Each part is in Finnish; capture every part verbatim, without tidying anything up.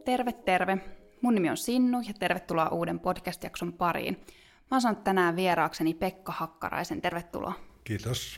Terve, terve. Mun nimi on Sinnu ja tervetuloa uuden podcast-jakson pariin. Mä oon saanut tänään vieraakseni Pekka Hakkaraisen. Tervetuloa. Kiitos.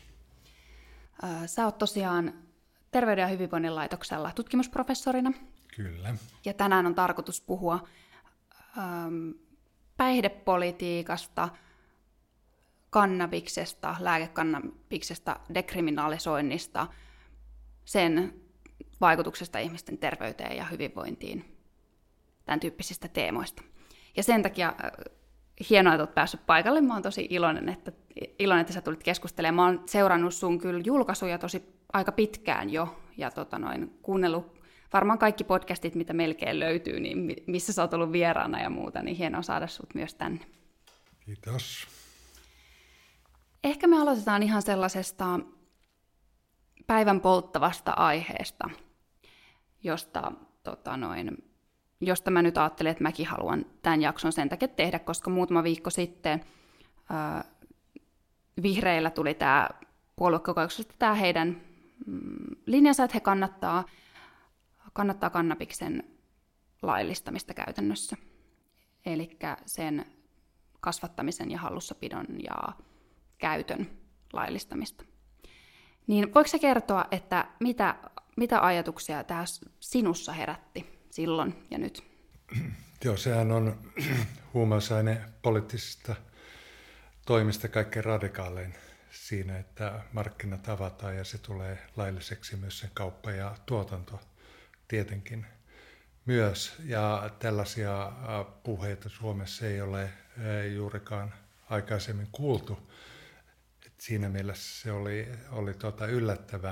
Sä oot tosiaan Terveyden ja hyvinvoinnin laitoksella tutkimusprofessorina. Kyllä. Ja tänään on tarkoitus puhua ähm, päihdepolitiikasta, kannabiksesta, lääkekannabiksesta, dekriminalisoinnista, sen vaikutuksesta ihmisten terveyteen ja hyvinvointiin, tämän tyyppisistä teemoista. Ja sen takia äh, hienoa, että olet päässyt paikalle. Mä oon tosi iloinen, että, iloinen, että sä tulit keskustelemaan. Mä oon seurannut sun kyllä julkaisuja tosi aika pitkään jo, ja tota noin, kuunnellut varmaan kaikki podcastit, mitä melkein löytyy, niin missä sä oot ollut vieraana ja muuta, niin hienoa saada sut myös tänne. Kiitos. Ehkä me aloitetaan ihan sellaisesta päivän polttavasta aiheesta, josta, tota noin, josta mä nyt ajattelin, että mäkin haluan tämän jakson sen takia tehdä, koska muutama viikko sitten ää, vihreillä tuli tämä puoluekokouksesta tämä heidän mm, linjansa, että he kannattaa, kannattaa kannabiksen laillistamista käytännössä. Eli sen kasvattamisen ja hallussapidon ja käytön laillistamista. Niin voiko sä kertoa, että mitä, mitä ajatuksia tämä sinussa herätti silloin ja nyt? Joo, sehän on huumausaine poliittisista toimista kaikkein radikaalein siinä, että markkinat avataan ja se tulee lailliseksi myös sen kauppa ja tuotanto tietenkin myös. Ja tällaisia puheita Suomessa ei ole juurikaan aikaisemmin kuultu. Siinä mielessä se oli, oli tuota yllättävä.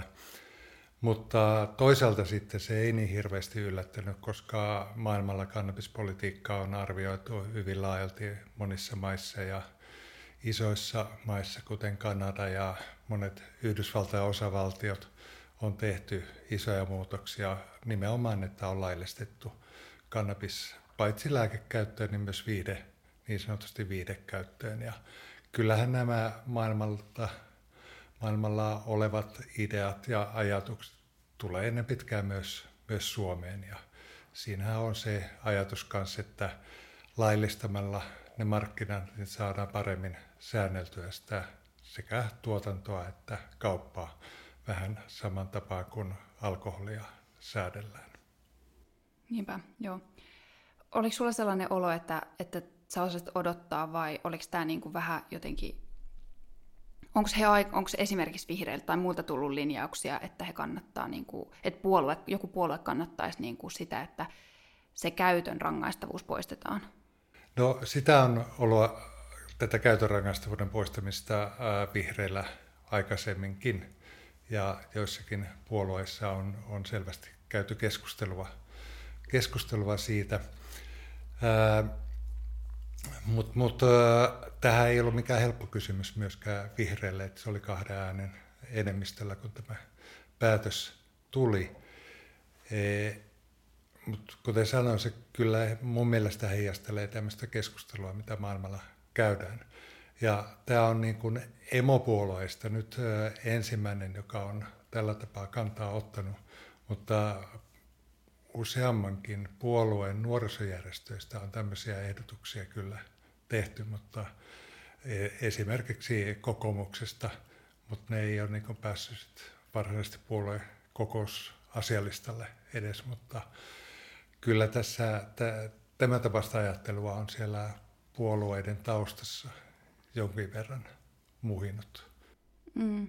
Mutta toisaalta sitten se ei niin hirveästi yllättänyt, koska maailmalla kannabispolitiikkaa on arvioitu hyvin laajalti monissa maissa ja isoissa maissa, kuten Kanada ja monet Yhdysvaltain osavaltiot, on tehty isoja muutoksia nimenomaan, että on laillistettu kannabis paitsi lääkekäyttöön, niin myös viihde, niin sanotusti viihdekäyttöön. Ja kyllähän nämä maailmalta, maailmalla olevat ideat ja ajatukset tulee ennen pitkään myös, myös Suomeen. Ja siinähän on se ajatus kanssa, että laillistamalla ne markkinat niin saadaan paremmin säänneltyä sitä sekä tuotantoa että kauppaa vähän saman tapaan kuin alkoholia säädellään. Niinpä, joo. Oliko sulla sellainen olo, että, että sä osasit odottaa vai oliko tämä niinku vähän jotenkin, onko, he, onko esimerkiksi vihreiltä tai muilta tullut linjauksia, että he kannattaa, niinku, että puolue, joku puolue kannattaisi niinku sitä, että se käytön rangaistavuus poistetaan? No sitä on ollut tätä käytön rangaistavuuden poistamista ää, vihreillä aikaisemminkin ja joissakin puolueissa on, on selvästi käyty keskustelua, keskustelua siitä. Ää, Mutta mut, tähän ei ollut mikään helppo kysymys myöskään vihreille, että se oli kahden äänen enemmistöllä, kun tämä päätös tuli. E, Mutta kuten sanoin, se kyllä mun mielestä heijastelee tämmöistä keskustelua, mitä maailmalla käydään. Ja tämä on niin kuin emopuolueista nyt ensimmäinen, joka on tällä tapaa kantaa ottanut, mutta useammankin puolueen nuorisojärjestöistä on tämmöisiä ehdotuksia kyllä tehty, mutta esimerkiksi kokoomuksesta, mutta ne ei ole niin kuin päässyt varsinaisesti puolueen kokousasialistalle edes, mutta kyllä tässä tämä tapaista ajattelua on siellä puolueiden taustassa jonkin verran muhinut. Mm.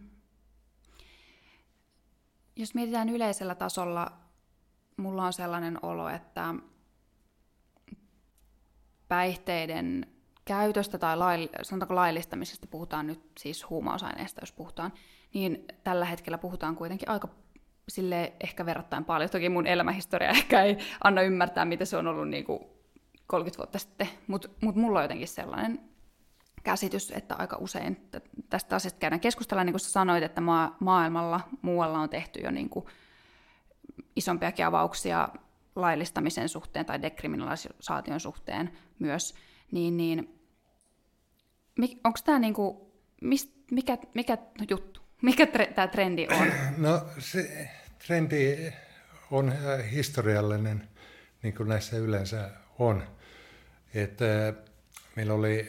Jos mietitään yleisellä tasolla, mulla on sellainen olo, että päihteiden käytöstä tai lail, sanotaanko laillistamisesta, puhutaan nyt siis huumausaineista, jos puhutaan, niin tällä hetkellä puhutaan kuitenkin aika sille ehkä verrattain paljon. Toki mun elämähistoria ehkä ei anna ymmärtää, mitä se on ollut niin kuin kolmekymmentä vuotta sitten, mutta mut mulla on jotenkin sellainen käsitys, että aika usein tästä asiasta käydään keskustella, niin kuin sä sanoit, että maa, maailmalla muualla on tehty jo niin kuin isompiakin avauksia laillistamisen suhteen tai dekriminalisaation suhteen myös, niin, niin onko tämä niinku, mikä, mikä juttu, mikä tre, tämä trendi on? No se trendi on historiallinen niin kuin näissä yleensä on. Että meillä oli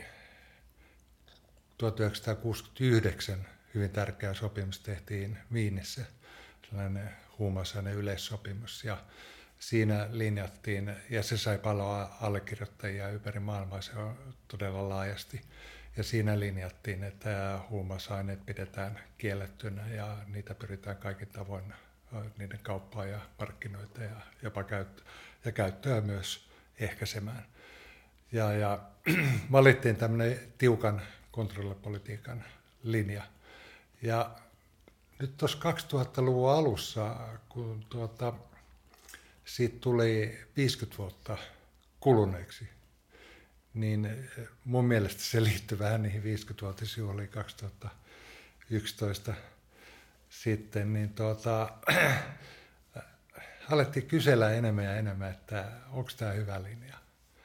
tuhatyhdeksänsataakuusikymmentäyhdeksän hyvin tärkeä sopimus tehtiin Viinissä, sellainen huumausaineiden yleissopimus, ja siinä linjattiin, ja se sai paljon allekirjoittajia ympäri maailmaa, se on todella laajasti, ja siinä linjattiin, että huumausaineet pidetään kiellettynä ja niitä pyritään kaikin tavoin niiden kauppaa ja markkinoita ja jopa käyttöä, ja käyttöä myös ehkäisemään. Ja, ja valittiin tämmöinen tiukan kontrollipolitiikan linja. Ja nyt tuossa kaksituhattaluvun alussa, kun tuota, siitä tuli viisikymmentä vuotta kuluneeksi, niin mun mielestä se liittyy vähän niihin viisikymmentävuotisjuhliin kaksituhattayksitoista sitten, niin tuota, alettiin kysellä enemmän ja enemmän, että onko tämä hyvä linja.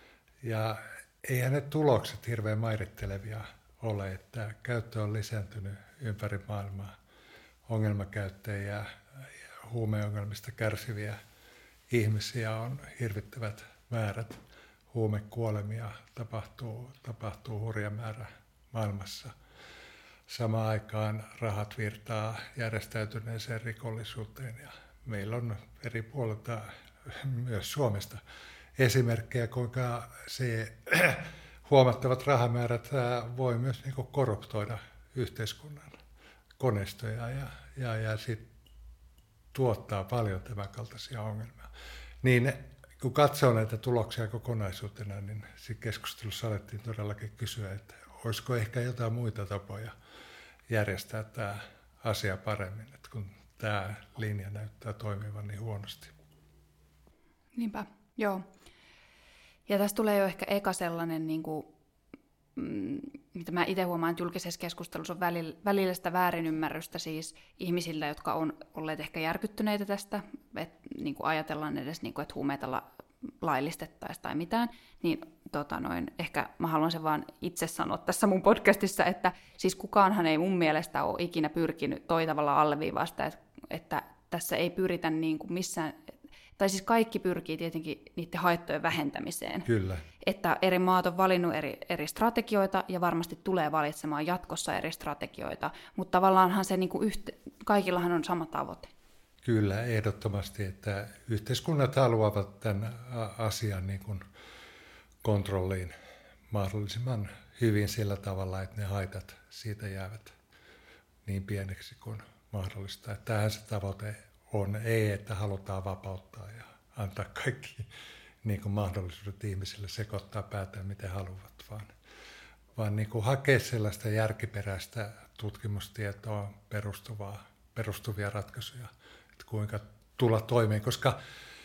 Ja eihän ne tulokset hirveän mairittelevia ole, että käyttö on lisääntynyt ympäri maailmaa. Ongelmakäyttäjiä ja huumeongelmista kärsiviä ihmisiä on hirvittävät määrät. Huumekuolemia tapahtuu, tapahtuu hurja määrä maailmassa. Samaan aikaan rahat virtaa järjestäytyneeseen rikollisuuteen ja meillä on eri puolilta myös Suomesta esimerkkejä, kuinka se huomattavat rahamäärät voi myös niin kuin korruptoida yhteiskunnan koneistoja ja, ja, ja sit tuottaa paljon tämän kaltaisia ongelmia. Niin kun katsoo näitä tuloksia kokonaisuutena, niin siinä keskustelussa alettiin todellakin kysyä, että olisiko ehkä jotain muita tapoja järjestää tämä asia paremmin, että kun tämä linja näyttää toimivan niin huonosti. Niinpä, joo. Ja tässä tulee jo ehkä eka sellainen, niin kuin, mm, mitä mä itse huomaan, että julkisessa keskustelussa on välillä, välillä sitä väärinymmärrystä siis ihmisillä, jotka on olleet ehkä järkyttyneitä tästä, että niin kuin ajatellaan edes, niin kuin, että huumeita la, laillistettaisiin tai mitään, niin tota noin, ehkä mä haluan sen vaan itse sanoa tässä mun podcastissa, että siis kukaanhan ei mun mielestä ole ikinä pyrkinyt toi tavalla alleviivaa sitä, että, että tässä ei pyritä niin kuin missään, tai siis kaikki pyrkii tietenkin niiden haittojen vähentämiseen. Kyllä. Että eri maat on valinnut eri, eri strategioita ja varmasti tulee valitsemaan jatkossa eri strategioita, mutta tavallaanhan se niin kuin yhte, kaikillahan on sama tavoite. Kyllä, ehdottomasti, että yhteiskunnat haluavat tämän asian niin kuin kontrolliin mahdollisimman hyvin sillä tavalla, että ne haitat siitä jäävät niin pieneksi kuin mahdollista. Että tämähän se tavoite on, ei että halutaan vapauttaa ja antaa kaikki niin kuin mahdollisuudet ihmisille sekoittaa päätään miten haluavat, vaan, vaan niin kuin hakea sellaista järkiperäistä tutkimustietoa perustuvaa, perustuvia ratkaisuja, että kuinka tulla toimeen, koska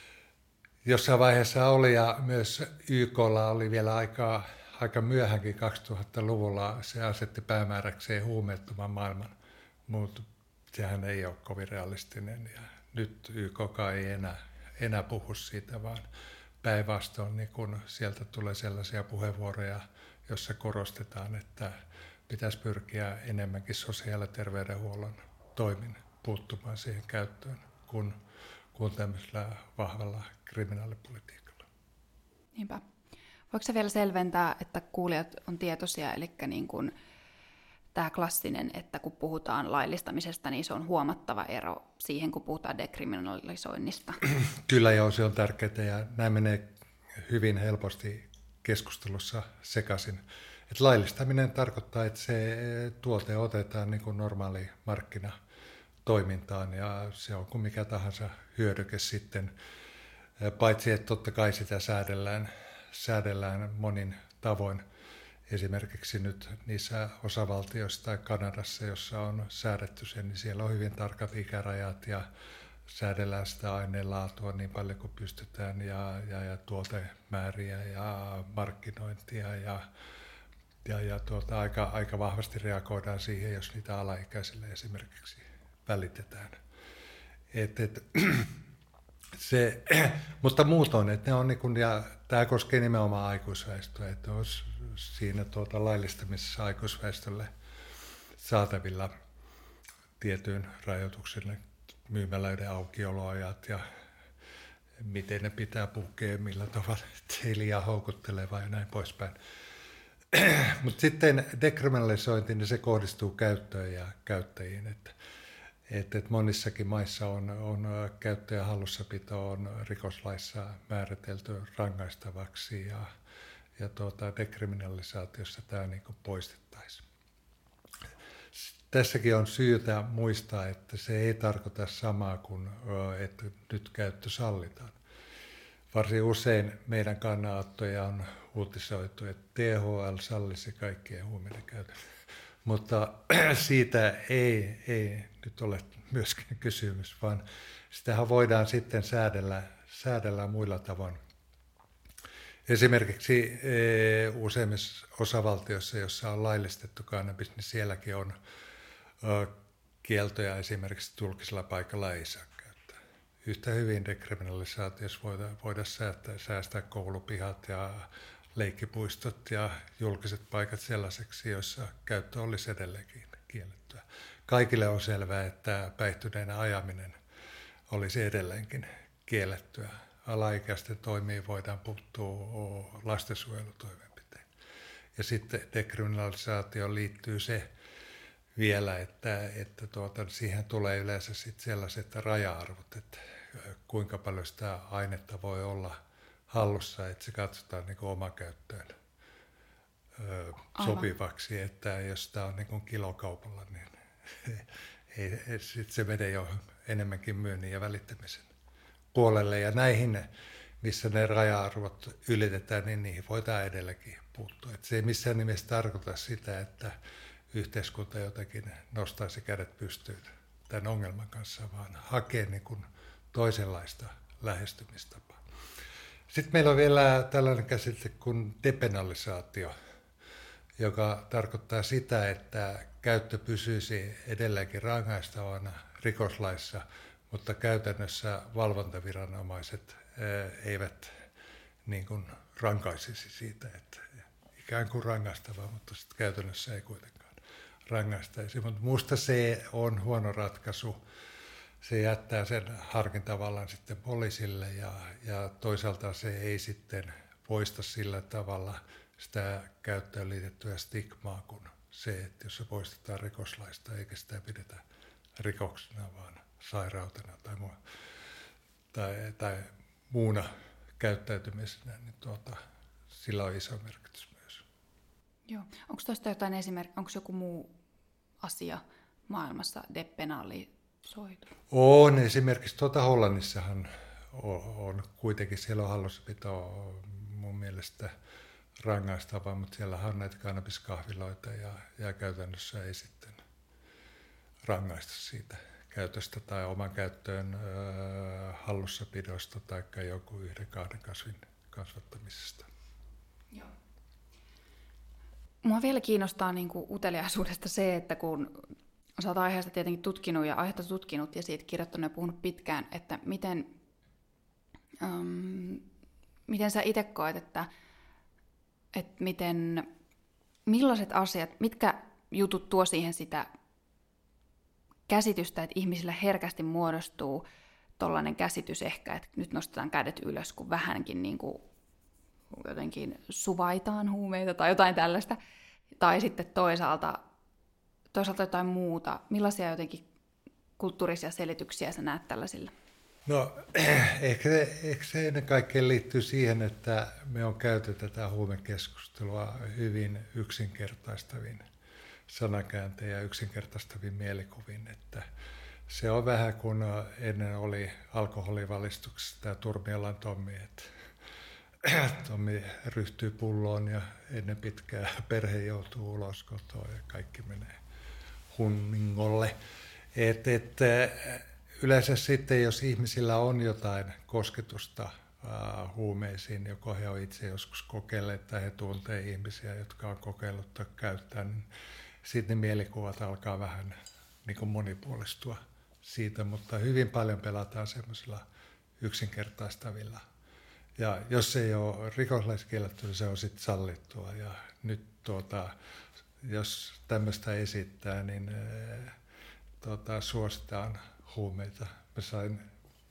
jossain vaiheessa oli ja myös Y K:lla oli vielä aikaa, aika myöhänkin kaksituhattaluvulla se asetti päämääräkseen huumeettoman maailman, mutta sehän ei ole kovin realistinen ja nyt Y K ei enää, enää puhu siitä, vaan päinvastoin niin kun sieltä tulee sellaisia puheenvuoroja, joissa korostetaan, että pitäisi pyrkiä enemmänkin sosiaali- ja terveydenhuollon toimin puuttumaan siihen käyttöön kuin, kuin tämmöisellä vahvalla kriminaalipolitiikalla. Niinpä. Voiko sä vielä selventää, että kuulijat on tietoisia, eli niin kuin tämä klassinen, että kun puhutaan laillistamisesta, niin se on huomattava ero siihen, kun puhutaan dekriminalisoinnista. Kyllä joo, se on tärkeää ja näin menee hyvin helposti keskustelussa sekaisin. Et laillistaminen tarkoittaa, että se tuote otetaan niin kuin normaali markkinatoimintaan ja se on kuin mikä tahansa hyödyke sitten, paitsi että totta kai sitä säädellään, säädellään monin tavoin. Esimerkiksi nyt niissä osavaltioissa tai Kanadassa, jossa on säädetty sen, niin siellä on hyvin tarkat ikärajat ja säädellään sitä aineen laatua niin paljon kuin pystytään ja, ja, ja tuotemääriä ja markkinointia ja, ja, ja tuota, aika, aika vahvasti reagoidaan siihen, jos niitä alaikäisille esimerkiksi välitetään. Et, et, se, mutta muutoin, että ne on niin kuin, ja tämä koskee nimenomaan aikuisväestöä, että olisi siinä tuota laillistamisessa aikuisväestölle saatavilla tiettyyn rajoituksille myymälöiden aukioloajat ja, miten ne pitää pukea, millä tavalla se ei liian houkuttelevaa ja näin poispäin. Mutta sitten dekriminalisointi, niin se kohdistuu käyttöön ja käyttäjiin. Että, että monissakin maissa on, on käyttö- ja hallussapito on rikoslaissa määritelty rangaistavaksi ja, ja tuota, dekriminalisaatiossa tämä niin kuin poistettaisiin. Tässäkin on syytä muistaa, että se ei tarkoita samaa kuin, että nyt käyttö sallitaan. Varsin usein meidän kannanottoja on uutisoitu, että T H L sallisi kaikkien huumeiden käytön. Mutta siitä ei, ei nyt ole myöskään kysymys, vaan sitähän voidaan sitten säädellä, säädellä muilla tavoin. Esimerkiksi e, useimmissa osavaltioissa, joissa on laillistettu kannabis, niin sielläkin on ö, kieltoja esimerkiksi julkisella paikalla ei saa käyttää. Yhtä hyvin dekriminalisaatiossa voidaan, voidaan säästää, säästää koulupihat ja leikkipuistot ja julkiset paikat sellaiseksi, joissa käyttö olisi edelleenkin kiellettyä. Kaikille on selvää, että päihtyneenä ajaminen olisi edelleenkin kiellettyä. Alaikäisten toimiin voidaan puuttua lastensuojelutoimenpiteen. Ja sitten dekriminalisaatioon liittyy se vielä, että, että tuota, siihen tulee yleensä sit sellaiset raja-arvot, että kuinka paljon sitä ainetta voi olla hallussa, että se katsotaan niin kuin omakäyttöön ö, sopivaksi, että jos sitä on niin kuin kilokaupalla, niin ei, ei, sit se menee jo enemmänkin myynnin ja välittämisen puolelle. Ja näihin, missä ne raja-arvot ylitetään, niin niihin voidaan edelläkin puuttua. Et se ei missään nimessä tarkoita sitä, että yhteiskunta jotenkin nostaisi kädet pystyyn tämän ongelman kanssa, vaan hakee niin kuin toisenlaista lähestymistapaa. Sitten meillä on vielä tällainen käsite kuin depenalisaatio, joka tarkoittaa sitä, että käyttö pysyisi edelleenkin rangaistavana rikoslaissa, mutta käytännössä valvontaviranomaiset eivät niin kuin rankaisisi siitä, että ikään kuin rangaistavaa, mutta sitten käytännössä ei kuitenkaan rangaistaisi. Mutta minusta se on huono ratkaisu. Se jättää sen harkintavallan sitten poliisille ja, ja toisaalta se ei sitten poista sillä tavalla sitä käyttöön liitettyä stigmaa kuin se, että jos se poistetaan rikoslaista eikä sitä pidetä rikoksena, vaan sairautena tai, muu, tai, tai muuna käyttäytymisenä, niin tuota, sillä on iso merkitys myös. Joo. Onko tuosta jotain esimerkkiä, onko joku muu asia maailmassa depenalisoitu? On, esimerkiksi tuota Hollannissahan on, on kuitenkin, siellä on hallussapito mun mielestä rangaistavaa, mutta siellä on näitä kannabiskahviloita ja, ja käytännössä ei sitten rangaista siitä käytöstä tai oman käyttöön ö, hallussapidosta tai joku yhden kahden kasvin kasvattamisesta. Joo. Mua vielä kiinnostaa niin kuin uteliaisuudesta se, että kun sä oot aiheesta tietenkin tutkinut ja aihetta tutkinut ja siitä kirjoittanut ja puhunut pitkään, että miten, um, miten sä itse koet, että, että miten, millaiset asiat, mitkä jutut tuo siihen sitä käsitystä, että ihmisillä herkästi muodostuu tollainen käsitys ehkä, että nyt nostetaan kädet ylös, kun vähänkin niin kuin jotenkin suvaitaan huumeita tai jotain tällaista, tai sitten toisaalta, toisaalta jotain muuta. Millaisia jotenkin kulttuurisia selityksiä sä näet tällaisilla? No ehkä, ehkä se ennen kaikkea liittyy siihen, että me on käyty tätä huumekeskustelua hyvin yksinkertaistavin sanakäänteen ja yksinkertaistavin mielikuvin, että se on vähän kuin ennen oli alkoholivalistuksessa tämä Turmiolan Tommi, että Tommi ryhtyy pulloon ja ennen pitkää perhe joutuu ulos kotoa ja kaikki menee hunningolle. Et, et, yleensä sitten, jos ihmisillä on jotain kosketusta uh, huumeisiin, joko he ovat itse joskus kokeilleet tai he tuntevat ihmisiä, jotka on kokeillut tai käyttää, niin sitten ne mielikuvat alkaa vähän niin kuin monipuolistua siitä, mutta hyvin paljon pelataan semmoisilla yksinkertaistavilla. Ja jos se ei ole rikoslaiskielletty, niin se on sitten sallittua. Ja nyt tuota, jos tämmöistä esittää, niin tuota, suositaan huumeita. Mä sain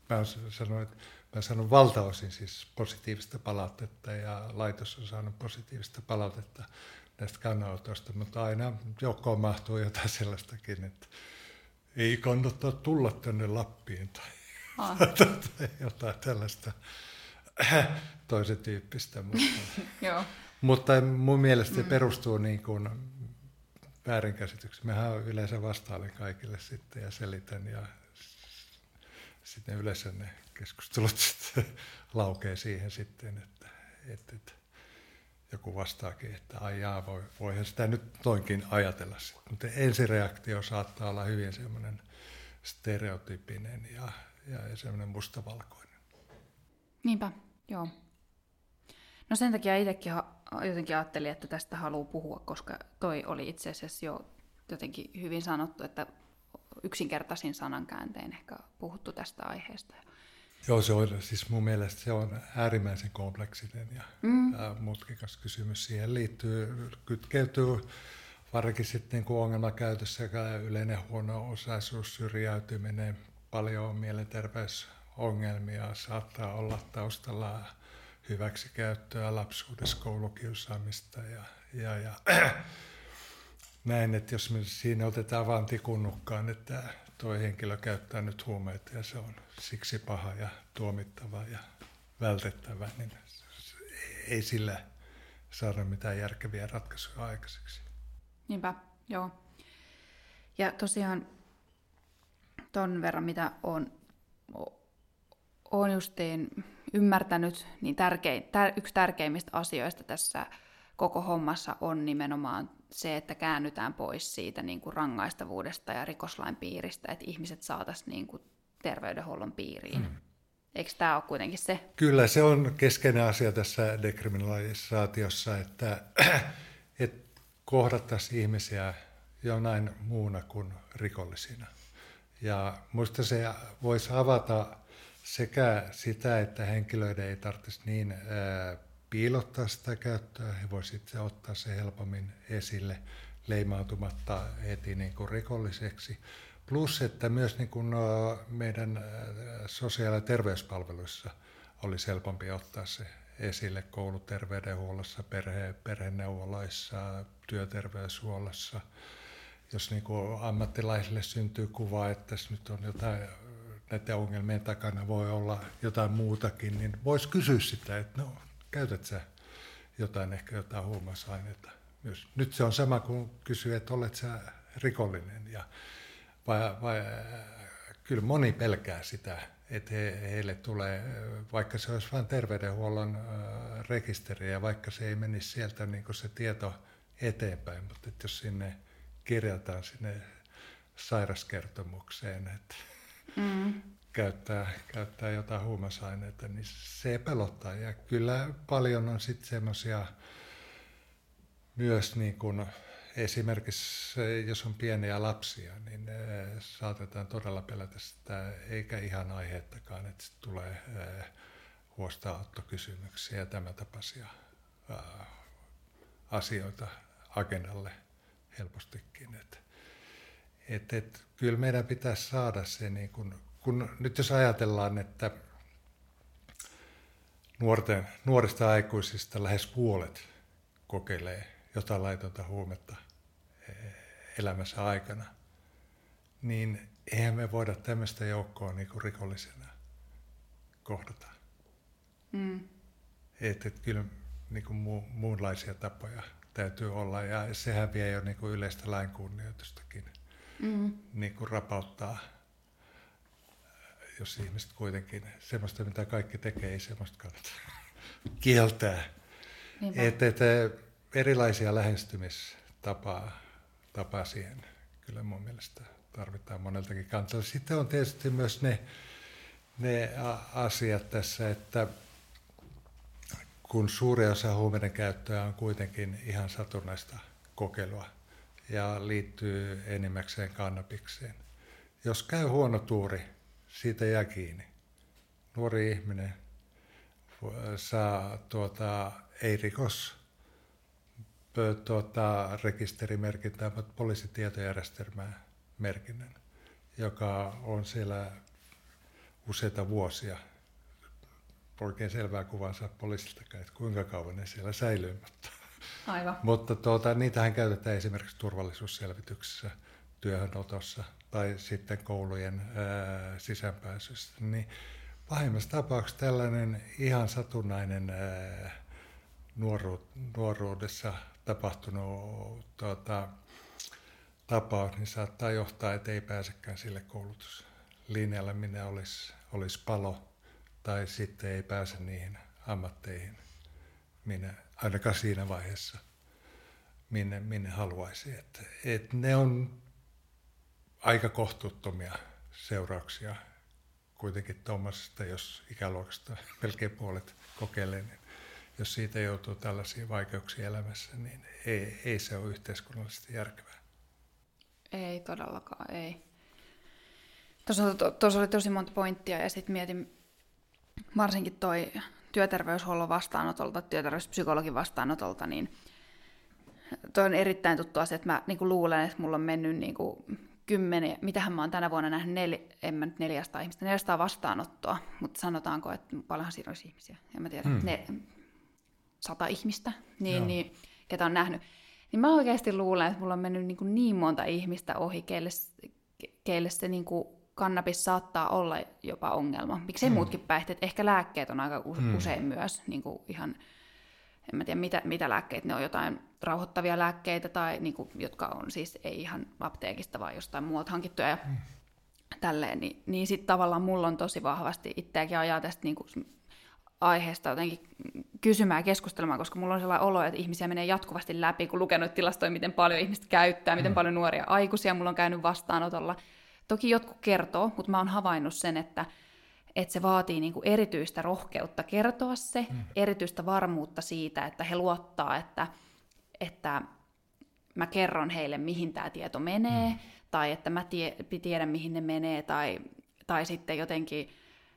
mä oon sanonut, että mä oon saanut valtaosin siis positiivista palautetta ja laitos on saanut positiivista palautetta näistä kannanotoista, mutta aina joukkoon mahtuu jotain sellaistakin, että ei kannattaa tulla tänne Lappiin tai, ah. tai jotain tällaista toisen tyyppistä. Mutta, mutta mun mielestä se mm. perustuu niin kuin väärinkäsityksiin. Mähän yleensä vastailen kaikille sitten ja selitän ja sitten yleensä ne keskustelut sitten laukee siihen sitten, että, että, että joku vastaakin, että ai jaa, voi, voihan sitä nyt toinkin ajatella. Mutta ensireaktio saattaa olla hyvin semmoinen stereotypinen ja, ja semmoinen mustavalkoinen. Niinpä, joo. No sen takia itsekin jotenkin ajattelin, että tästä haluaa puhua, koska toi oli itse asiassa jo jotenkin hyvin sanottu, että yksinkertaisin sanankääntein ehkä puhuttu tästä aiheesta. Joo, se on, siis mun mielestä se on äärimmäisen kompleksinen ja mm. mutkikas kysymys. Siihen liittyy, kytkeytyy varsinkin sitten niin kuin ongelmakäytössä, yleinen huono-osaisuus, syrjäytyminen, paljon mielenterveysongelmia, saattaa olla taustalla hyväksikäyttöä, lapsuudessa koulukiusaamista ja, ja, ja näin, että jos me siinä otetaan vaan tikunnukkaan, että tuo henkilö käyttää nyt huumeita ja se on siksi paha ja tuomittava ja vältettävä, niin ei sillä saada mitään järkeviä ratkaisuja aikaiseksi. Niinpä, joo. Ja tosiaan ton verran, mitä on, on justiin ymmärtänyt, niin tärkein, tär, yksi tärkeimmistä asioista tässä koko hommassa on nimenomaan se, että käännytään pois siitä niin kuin rangaistavuudesta ja rikoslain piiristä, että ihmiset saataisiin niin kuin terveydenhuollon piiriin. Hmm. Eikö tämä ole kuitenkin se? Kyllä, se on keskeinen asia tässä dekriminalisaatiossa, että, että kohdattaisiin ihmisiä jonain muuna kuin rikollisina. Ja minusta se voisi avata sekä sitä, että henkilöiden ei tarvitsisi niin ää, piilottaa sitä käyttöä, he voisivat itse ottaa se helpommin esille leimautumatta heti niin kuin rikolliseksi. Plus, että myös niin kuin meidän sosiaali- ja terveyspalveluissa olisi helpompi ottaa se esille kouluterveydenhuollossa, perhe, perheneuvoloissa, työterveyshuollossa. Jos niin kuin ammattilaisille syntyy kuva, että tässä nyt on jotain, näiden ongelmien takana voi olla jotain muutakin, niin voisi kysyä sitä, että no, käytät sä jotain, ehkä jotain huumausaineita myös. Nyt se on sama kuin kysyy, että olet sä rikollinen. Ja vai, vai, kyllä moni pelkää sitä, että he, heille tulee, vaikka se olisi vain terveydenhuollon äh, rekisteri ja vaikka se ei menisi sieltä niin kuin se tieto eteenpäin, mutta että jos sinne kirjataan sinne sairaskertomukseen, että mm. käyttää, käyttää jotain huumausaineita, niin se pelottaa. Ja kyllä paljon on sitten semmoisia myös niin kuin esimerkiksi jos on pieniä lapsia, niin saatetaan todella pelätä sitä, eikä ihan aiheettakaan, että tulee huostaanottokysymyksiä ja tämän tapaisia asioita agendalle helpostikin. Et, et, et, kyllä meidän pitäisi saada se, niin kun, kun nyt jos ajatellaan, että nuorten, nuorista aikuisista lähes puolet kokeilee jotain laitonta huumetta elämässä aikana, niin eihän me voida tämmöistä joukkoa niin kuin rikollisena kohdata. Mm. Että et kyllä niin kuin mu, muunlaisia tapoja täytyy olla, ja sehän vie jo niin kuin yleistä lainkunnioitustakin mm. niin kuin rapauttaa, jos ihmiset kuitenkin semmoista, mitä kaikki tekee, ei semmoista kannata kieltää. Että et, erilaisia lähestymistapaa tapaa siihen kyllä mun mielestä tarvitaan moneltakin kantaa. Sitten on tietysti myös ne, ne asiat tässä, että kun suuri osa huumeiden käyttöä on kuitenkin ihan satunnaista kokeilua ja liittyy enimmäkseen kannabikseen. Jos käy huono tuuri, siitä jää kiinni. Nuori ihminen saa tuota, ei rikos, tuota, rekisterimerkintää, mutta poliisitietojärjestelmää merkinnän, joka on siellä useita vuosia. Oikein selvää kuvaa saa poliisiltakaan, että kuinka kauan ne siellä säilyy. Mutta, Aivan. mutta tuota, niitähän käytetään esimerkiksi turvallisuusselvityksessä, työhönotossa tai sitten koulujen ää, sisäänpääsyssä. Niin pahimmassa tapauksessa tällainen ihan satunnainen ää, nuoru, nuoruudessa tapahtunut tuota, tapaus niin saattaa johtaa, että ei pääsekään sille koulutuslinjalle, minne olisi, olisi palo, tai sitten ei pääse niihin ammatteihin, minne, ainakaan siinä vaiheessa, minne, minne haluaisi. Et, et ne on aika kohtuuttomia seurauksia kuitenkin tuommoisesta, jos ikäluokasta melkein puolet kokeilee, niin jos siitä joutuu tällaisiin vaikeuksiin elämässä, niin ei, ei se ole yhteiskunnallisesti järkevää. Ei todellakaan, ei. Tuossa, to, tuossa oli tosi monta pointtia ja sitten mietin varsinkin toi työterveyshuollon vastaanotolta, työterveyspsykologin vastaanotolta, niin toi on erittäin tuttu asia, että mä niin kuin luulen, että mulla on mennyt niin kuin kymmenen, mitähän mä oon tänä vuonna nähnyt, nel, en mä nyt neljäsataa ihmistä, neljäsataa vastaanottoa, mutta sanotaanko, että paljonhan siinä olisi ihmisiä, en mä tiedä, hmm. ne, sata ihmistä, niin, niin, ketä on nähnyt. Niin mä oikeasti luulen, että mulla on mennyt niin, kuin niin monta ihmistä ohi, keille, keille se niin kuin kannabis saattaa olla jopa ongelma. Miksei hmm. muutkin päihteet, ehkä lääkkeet on aika hmm. usein myös niin kuin ihan, en mä tiedä mitä, mitä lääkkeitä, ne on jotain rauhoittavia lääkkeitä, tai niin kuin, jotka on siis ei ihan apteekista, vaan jostain muualta hankittuja ja hmm. tälleen. Niin, niin sitten tavallaan mulla on tosi vahvasti itseäkin ajaa tästä niin kuin aiheesta jotenkin kysymään ja keskustelemaan, koska mulla on sellainen olo, että ihmisiä menee jatkuvasti läpi, kun lukenut tilastoja, miten paljon ihmiset käyttää, miten mm. paljon nuoria aikuisia mulla on käynyt vastaanotolla. Toki jotkut kertoo, mutta mä oon havainnut sen, että, että se vaatii niinku erityistä rohkeutta kertoa se, mm. erityistä varmuutta siitä, että he luottaa, että, että mä kerron heille, mihin tämä tieto menee, mm. tai että mä tie, tiedän, mihin ne menee, tai, tai sitten jotenkin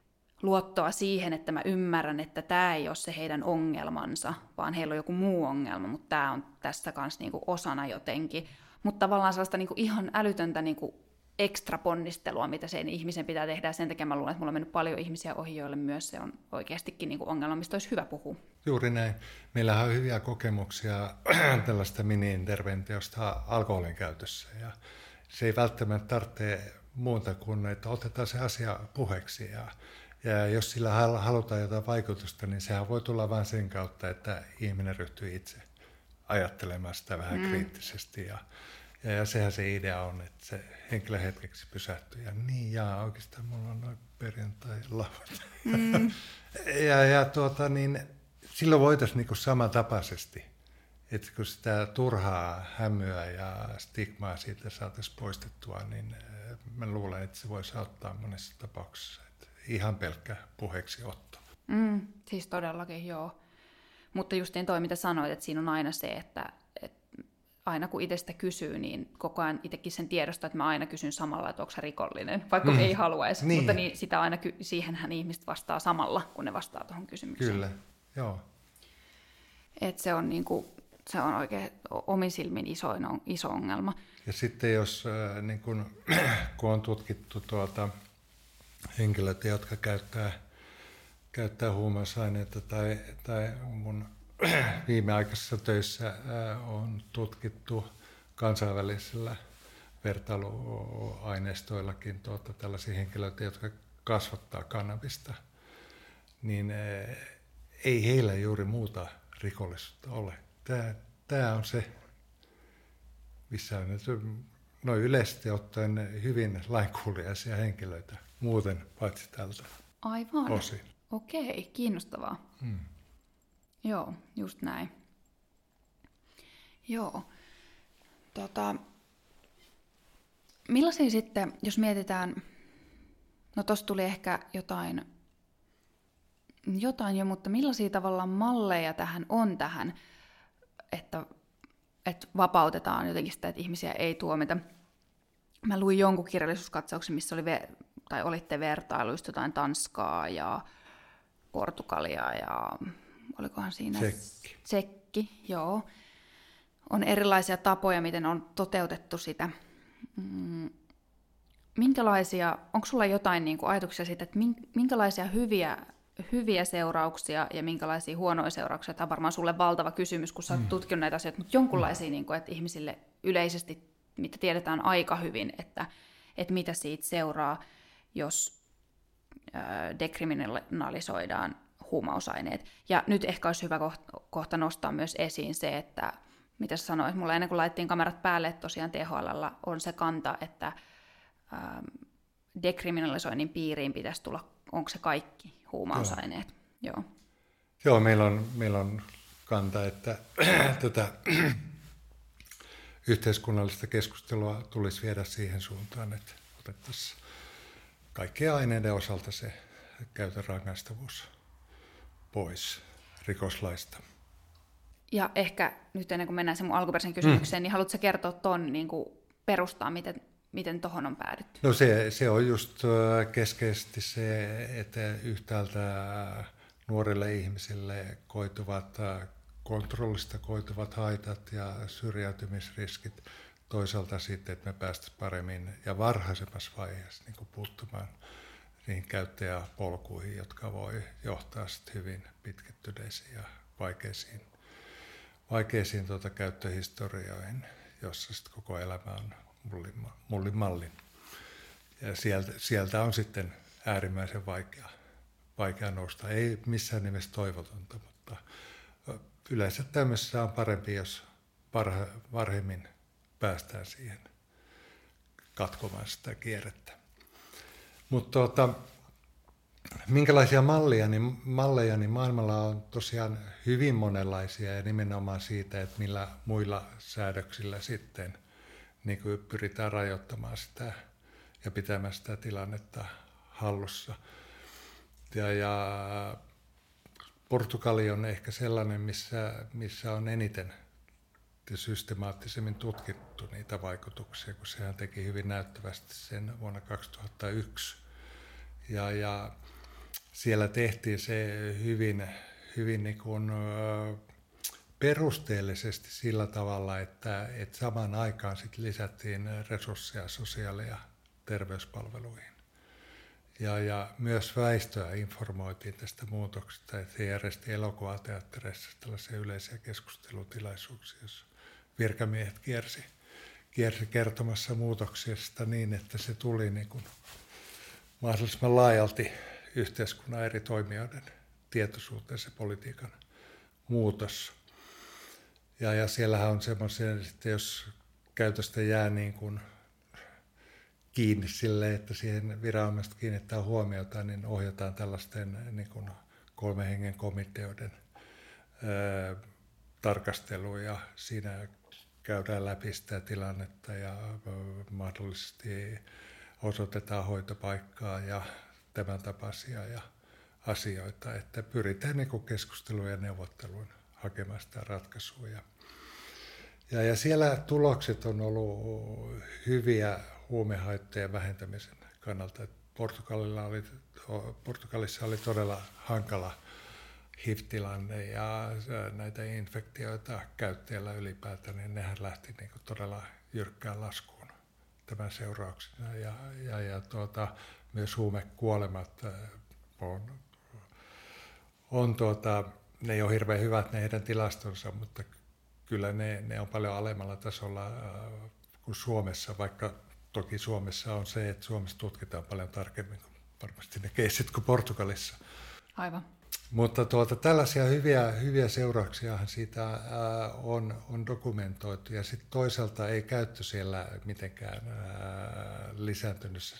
luottoa siihen, että mä ymmärrän, että tämä ei ole se heidän ongelmansa, vaan heillä on joku muu ongelma, mutta tämä on tässä kanssa niinku osana jotenkin. Mutta tavallaan sellaista niinku ihan älytöntä niinku ekstra ponnistelua, mitä sen ihmisen pitää tehdä. Sen takia mä luulen, että mulla on mennyt paljon ihmisiä ohi, joille myös se on oikeastikin niinku ongelma, mistä olisi hyvä puhua. Juuri näin. Meillähän on hyviä kokemuksia tällaista mini-interventiosta alkoholin käytössä. Ja se ei välttämättä tarvitse muuta kuin, että otetaan se asia puheeksi ja Ja jos sillä halutaan jotain vaikutusta, niin sehän voi tulla vain sen kautta, että ihminen ryhtyy itse ajattelemaan sitä vähän mm. kriittisesti. Ja, ja, ja sehän se idea on, että se henkilö hetkeksi pysähtyy. Ja niin, jaa, oikeastaan mulla on noin perjantai-lavat. Mm. ja ja tuota, niin, silloin voitaisiin niin samantapaisesti, että kun sitä turhaa hämyä ja stigmaa siitä saataisiin poistettua, niin mä luulen, että se voisi auttaa monessa tapauksessa. Ihan pelkkä puheeksi otto. Mm, siis todellakin, joo. Mutta justiin toi, mitä sanoit, että siinä on aina se, että, että aina kun itse sitä kysyy, niin koko ajan itsekin sen tiedostaa, että mä aina kysyn samalla, että onko se rikollinen, vaikka mm. ei haluaisi. Niin. Mutta niin, sitä aina, siihenhän ihmiset vastaa samalla, kun ne vastaa tuohon kysymykseen. Kyllä, joo. Että se on, niinku, se on oikein omin silmin iso, iso ongelma. Ja sitten jos, äh, niin kun, kun on tutkittu tuota henkilöitä, jotka käyttää, käyttää huumausaineita tai, tai mun viimeaikaisissa töissä on tutkittu kansainvälisillä vertailuaineistoillakin tuota, tällaisia henkilöitä, jotka kasvattaa kannabista, niin ei heillä juuri muuta rikollisuutta ole. Tämä, tämä on se, missä on noin yleisesti ottaen hyvin lainkuuliaisia henkilöitä. Muuten paitsi tältä Aivan. osin. Okei, kiinnostavaa. Hmm. Joo, just näin. Joo. Tota, millaisia sitten, jos mietitään, no tossa tuli ehkä jotain, jotain jo, mutta millaisia tavallaan malleja tähän on tähän, että, että vapautetaan jotenkin sitä, että ihmisiä ei tuomita. Mä luin jonkun kirjallisuuskatsauksen, missä oli ve- tai olitte vertailuista jotain Tanskaa ja Portugalia ja olikohan siinä Tsekki. Tsekki, joo. On erilaisia tapoja, miten on toteutettu sitä. Mm, minkälaisia, onko sulla jotain niin kuin ajatuksia siitä, että minkälaisia hyviä, hyviä seurauksia ja minkälaisia huonoja seurauksia? Tämä on varmaan sulle valtava kysymys, kun sä oot mm. tutkinut näitä asioita, mutta jonkunlaisia, niin kuin, että ihmisille yleisesti, mitä tiedetään aika hyvin, että, että mitä siitä seuraa, jos äh, dekriminalisoidaan huumausaineet. Ja nyt ehkä olisi hyvä kohta nostaa myös esiin se, että mitä sä sanoit, mulla ennen kuin laitettiin kamerat päälle, että tosiaan T H L:llä on se kanta, että ähm, dekriminalisoinnin piiriin pitäisi tulla, onko se kaikki huumausaineet. Joo, Joo. Joo meillä, on, meillä on kanta, että tätä yhteiskunnallista keskustelua tulisi viedä siihen suuntaan, että otettaisiin kaikkien aineiden osalta se käytön rangaistavuus pois rikoslaista. Ja ehkä nyt ennen kuin mennään sen mun alkuperäisen kysymykseen, mm. niin haluatko kertoa tuon niin kuin perustaa, miten, miten tuohon on päädytty? No se, se on just keskeisesti se, että yhtäältä nuorille ihmisille koituvat, kontrollista koituvat haitat ja syrjäytymisriskit, toisaalta sitten, että me päästäisiin paremmin ja varhaisemmassa vaiheessa niin kuin puuttumaan niihin käyttäjäpolkuihin, jotka voi johtaa sitten hyvin pitkittyneisiin ja vaikeisiin, vaikeisiin tuota käyttöhistorioihin, jossa sitten koko elämä on mullin, mullin mallin. Ja sieltä, sieltä on sitten äärimmäisen vaikea, vaikea nousta. Ei missään nimessä toivotonta, mutta yleensä tämmöisessä on parempi, jos parha, varhemmin päästään siihen katkomaan sitä kierrettä. Mutta tuota, minkälaisia malleja niin, malleja, niin maailmalla on tosiaan hyvin monenlaisia ja nimenomaan siitä, että millä muilla säädöksillä sitten niin kuin pyritään rajoittamaan sitä ja pitämään sitä tilannetta hallussa. Ja, ja Portugali on ehkä sellainen, missä, missä on eniten systemaattisemmin tutkittu niitä vaikutuksia, kun sehän teki hyvin näyttävästi sen vuonna kaksituhattayksi. Ja, ja siellä tehtiin se hyvin, hyvin niin kuin perusteellisesti sillä tavalla, että, että samaan aikaan sit lisättiin resursseja sosiaali- ja terveyspalveluihin. Ja, ja myös väestöä informoitiin tästä muutoksesta, että he järjesti elokuvateattereissa tällaisia yleisiä keskustelutilaisuuksia, jos virkamiehet kiersi, kiersi kertomassa muutoksesta niin, että se tuli niin kuin mahdollisimman laajalti yhteiskunnan eri toimijoiden tietoisuuteen se politiikan muutos. Ja, ja siellähän on semmoisia, että jos käytöstä jää niin kuin kiinni sille, että siihen viranomaiset kiinnittää huomiota, niin ohjataan tällaisten niin kuin kolmen hengen komiteoiden ää, tarkasteluun ja siinä käydään läpi sitä tilannetta ja ää, mahdollisesti osoitetaan hoitopaikkaa ja tämän tapaisia ja asioita, että pyritään niin kuin keskusteluun ja neuvotteluun hakemaan sitä ratkaisua. Ja, ja, ja siellä tulokset on ollut hyviä huumehaittojen vähentämisen kannalta. Portugalilla oli, Portugalissa oli todella hankala H I V-tilanne ja näitä infektioita käyttäjällä ylipäätään, niin nehän lähti niin kuin todella jyrkkään laskuun tämän seurauksena. Ja, ja, ja tuota, myös huumekuolemat on, on tuota, ne ei ole hirveän hyvät ne heidän tilastonsa, mutta kyllä ne, ne on paljon alemmalla tasolla kuin Suomessa, vaikka toki Suomessa on se, että Suomessa tutkitaan paljon tarkemmin kuin varmasti ne keissit kuin Portugalissa. Aivan. Mutta tuota, tällaisia hyviä, hyviä seurauksiahan siitä ää, on, on dokumentoitu ja sitten toisaalta ei käyttö siellä mitenkään ää, lisääntynyt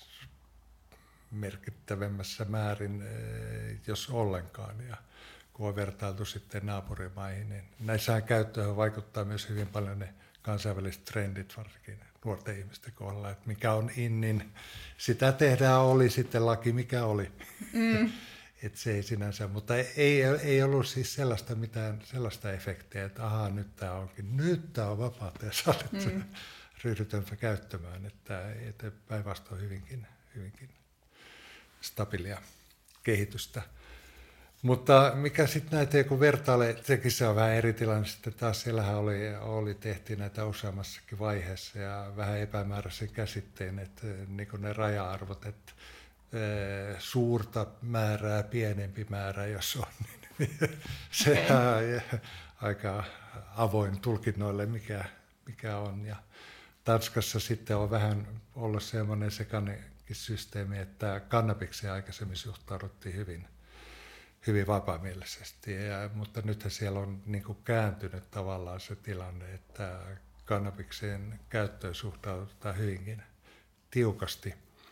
merkittävämmässä määrin, ää, jos ollenkaan. Ja kun on vertailtu sitten naapurimaihin, niin näissähän käyttöön vaikuttaa myös hyvin paljon ne kansainväliset trendit, varsinkin nuorten ihmisten kohdalla, että mikä on in, niin sitä tehdään, oli sitten laki, mikä oli. Mm. Että se ei sinänsä, mutta ei, ei ollut siis sellaista mitään sellaista efektiä, että ahaa, nyt tämä onkin, nyt tämä on vapaata ja sä olet mm. ryhdytöntä käyttämään, että, että päinvastoin hyvinkin, hyvinkin stabiilia kehitystä. Mutta mikä sitten näitä, kun vertailee, sekin se on vähän eri tilanne. Sitten taas siellähän oli, oli tehtiin näitä useammassakin vaiheessa ja vähän epämääräisen käsitteen, että niin kuin ne raja-arvot, että suurta määrää, pienempi määrä, jos on, niin se okay. on aika avoin tulkinnoille, mikä, mikä on. Ja Tanskassa sitten on vähän ollut semmoinen sekainen systeemi, että kannabikseen aikaisemmin suhtauduttiin hyvin, hyvin vapaamielisesti, ja, mutta nythän siellä on niin kuin kääntynyt tavallaan se tilanne, että kannabikseen käyttöön suhtaudutaan hyvinkin tiukasti.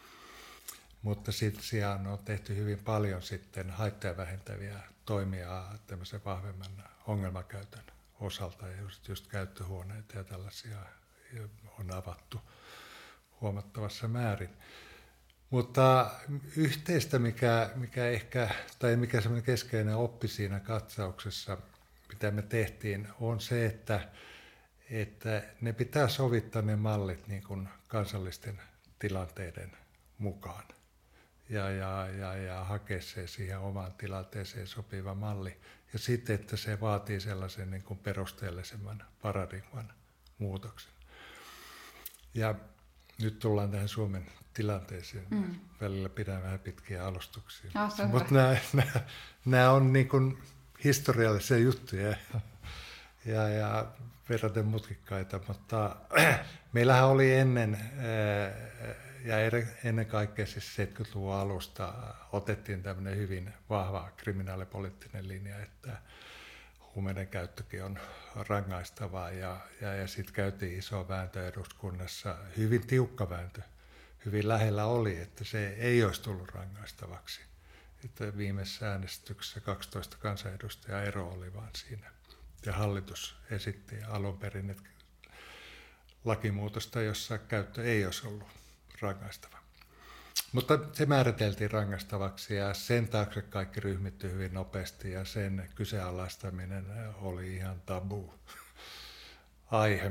Mutta sitten sijaan on tehty hyvin paljon sitten haittoja vähentäviä toimia tämmöisen vahvemman ongelmakäytön osalta. Ja just, just käyttöhuoneita ja tällaisia on avattu huomattavassa määrin. Mutta yhteistä, mikä, mikä ehkä, tai mikä semmoinen keskeinen oppi siinä katsauksessa, mitä me tehtiin, on se, että, että ne pitää sovittaa ne mallit niin kuin kansallisten tilanteiden mukaan. Ja, ja, ja, ja hakea se siihen omaan tilanteeseen sopiva malli. Ja sitten, että se vaatii sellaisen niin kuin perusteellisemman paradigman muutoksen. Ja nyt tullaan tähän Suomen tilanteeseen. Mm. Välillä pidän vähän pitkiä alustuksia. No, mutta nämä, nämä, nämä on niin kuin historiallisia juttuja ja, ja, ja verraten mutkikkaita. Mutta meillähän oli ennen... Ja ennen kaikkea siis seitsemänkymmentäluvun alusta otettiin tämmöinen hyvin vahva kriminaalipoliittinen linja, että huumeiden käyttökin on rangaistavaa. Ja, ja, ja sitten käytiin iso vääntö eduskunnassa, hyvin tiukka vääntö, hyvin lähellä oli, että se ei olisi tullut rangaistavaksi. Että viimeisessä äänestyksessä kaksitoista kansanedustajaa ero oli vaan siinä. Ja hallitus esitti alun perin että lakimuutosta, jossa käyttö ei olisi ollut rangaistava. Mutta se määriteltiin rangaistavaksi ja sen taakse kaikki ryhmittyi hyvin nopeasti ja sen kyseenalaistaminen oli ihan tabu aihe.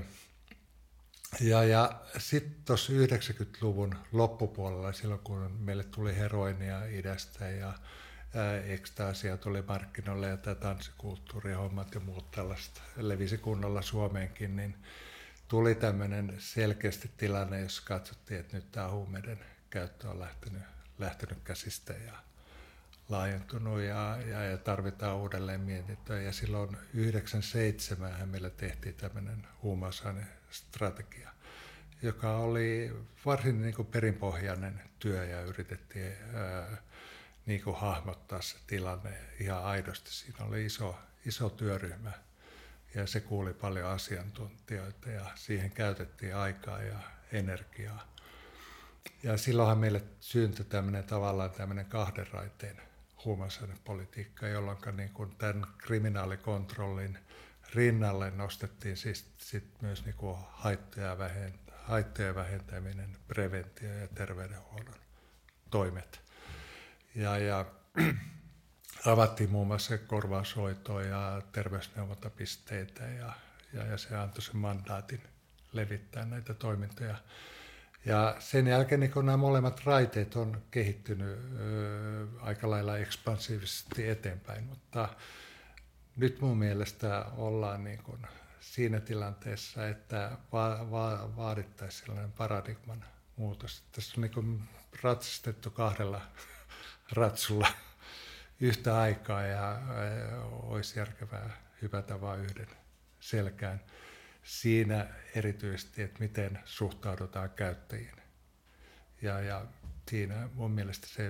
Ja, ja sitten tuossa yhdeksänkymmentäluvun loppupuolella, silloin kun meille tuli heroinia idästä ja ää, ekstaasia tuli markkinoille ja tämä tanssikulttuurihommat ja muut tällaista levisi kunnolla Suomeenkin, niin tuli tämmöinen selkeästi tilanne, jossa katsottiin, että nyt tämä huumeiden käyttö on lähtenyt, lähtenyt käsistä ja laajentunut ja, ja, ja tarvitaan uudelleen mietintöä. Ja silloin yhdeksänkymmentäseitsemän meillä tehtiin tämmöinen huumausainestrategia, joka oli varsin niin kuin perinpohjainen työ ja yritettiin ää, niin kuin hahmottaa se tilanne ihan aidosti. Siinä oli iso, iso työryhmä. Ja se kuuli paljon asiantuntijoita ja siihen käytettiin aikaa ja energiaa. Ja silloinhan meille syntyi tämmöinen tavallaan tämmöinen kahden raiteen huumausainepolitiikka, jolloin niin kuin tämän kriminaalikontrollin rinnalle nostettiin siis sit myös niin kuin haittojen, vähent- haittojen vähentäminen, preventio ja terveydenhuollon toimet. Ja, ja avattiin muun muassa korvaushoitoa ja terveysneuvontapisteitä ja, ja, ja se antoi sen mandaatin levittää näitä toimintoja. Ja sen jälkeen niin kun nämä molemmat raiteet on kehittynyt ö, aika lailla ekspansiivisesti eteenpäin, mutta nyt mun mielestä ollaan niin kun siinä tilanteessa, että va- va- vaadittaisiin sellainen paradigman muutos. Tässä on niin kun ratsastettu kahdella ratsulla yhtä aikaa ja olisi järkevää hypätä vain yhden selkään. Siinä erityisesti, että miten suhtaudutaan käyttäjiin. Ja, ja siinä mun mielestä se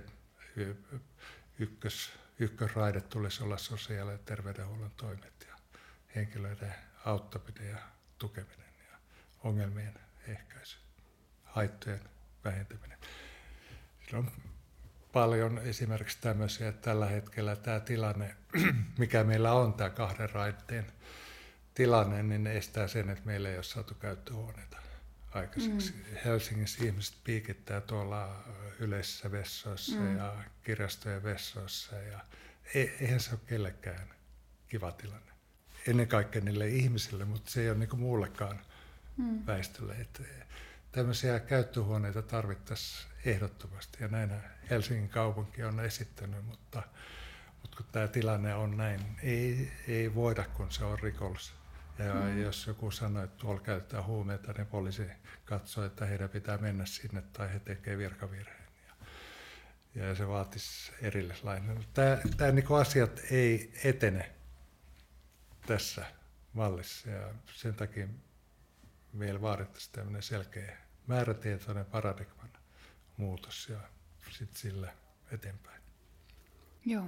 ykkös, ykkösraide tulisi olla sosiaali- ja terveydenhuollon toimet ja henkilöiden auttaminen ja tukeminen ja ongelmien ehkäisy, haittojen vähentäminen. Siinä on paljon esimerkiksi tämmöisiä, että tällä hetkellä tämä tilanne, mikä meillä on tämä kahden raiteen tilanne, niin estää sen, että meillä ei ole saatu käyttöhuoneita aikaiseksi. Mm. Helsingissä ihmiset piikittää tuolla yleisissä vessoissa mm. ja kirjastojen vessoissa ja eihän se ole kellekään kiva tilanne. Ennen kaikkea niille ihmisille, mutta se ei ole niin kuin muullekaan mm. väestölle. Että tämmöisiä käyttöhuoneita tarvittaisiin ehdottomasti ja näinä Helsingin kaupunki on esittänyt, mutta, Mutta kun tämä tilanne on näin, ei, ei voida, kun se on rikollista. Ja mm. jos joku sanoo, että tuolla käyttää huumeita, niin poliisi katsoo, että heidän pitää mennä sinne tai he tekevät virkavirheen. Ja, ja se vaatisi erillislain. Tämä, tämä niin kuin asiat ei etene tässä mallissa ja sen takia meillä vaadittaisiin tämmöinen selkeä määrätietoinen paradigman muutos ja sitten sillä eteenpäin. Joo.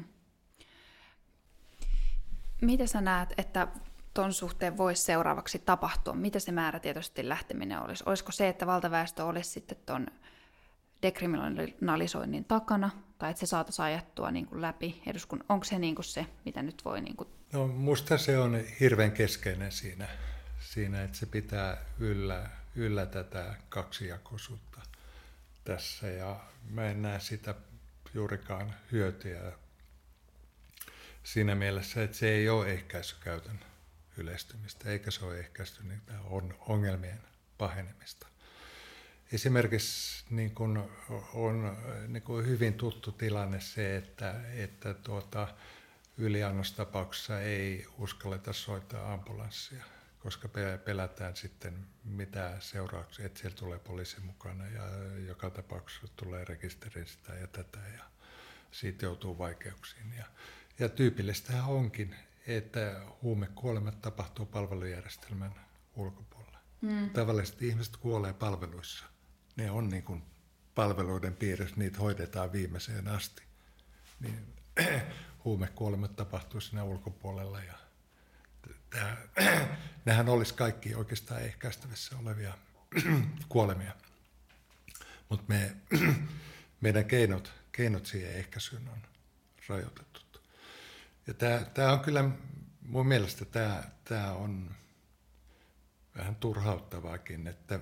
Mitä sä näet, että ton suhteen voisi seuraavaksi tapahtua? Mitä se määrätietoisesti lähteminen olisi? Olisiko se, että valtaväestö olisi sitten ton dekriminalisoinnin takana, tai että se saataisiin ajattua niin kuin läpi eduskunnan? Onko se niin kuin se, mitä nyt voi... Niin kuin... No, musta se on hirveän keskeinen siinä, siinä että se pitää yllä, yllä tätä kaksijakoisuutta tässä, ja mä en näe sitä juurikaan hyötyä siinä mielessä, että se ei ole ehkäisykäytön yleistymistä, eikä se ole ehkäisty niitä ongelmien pahenemista. Esimerkiksi niin kun on niin kun hyvin tuttu tilanne se, että, että tuota, yliannostapauksessa ei uskalleta soittaa ambulanssia, koska pelätään sitten mitä seurauksia, että siellä tulee poliisi mukana ja joka tapauksessa tulee rekisteriin sitä ja tätä ja siitä joutuu vaikeuksiin. Ja, ja tyypillistähän onkin, että huumekuolemat tapahtuu palvelujärjestelmän ulkopuolella. Mm. Tavallisesti ihmiset kuolee palveluissa. Ne on niin kuin palveluiden piirissä, niitä hoidetaan viimeiseen asti. Niin, huumekuolemat tapahtuu siinä ulkopuolella. Ja tämä, nämähän olisi kaikki oikeastaan ehkäistävissä olevia kuolemia. Mutta me, meidän keinot, keinot siihen ehkäisyyn on rajoitettu. Ja tämä, tämä on kyllä, mun mielestä tämä, tämä on vähän turhauttavaakin, että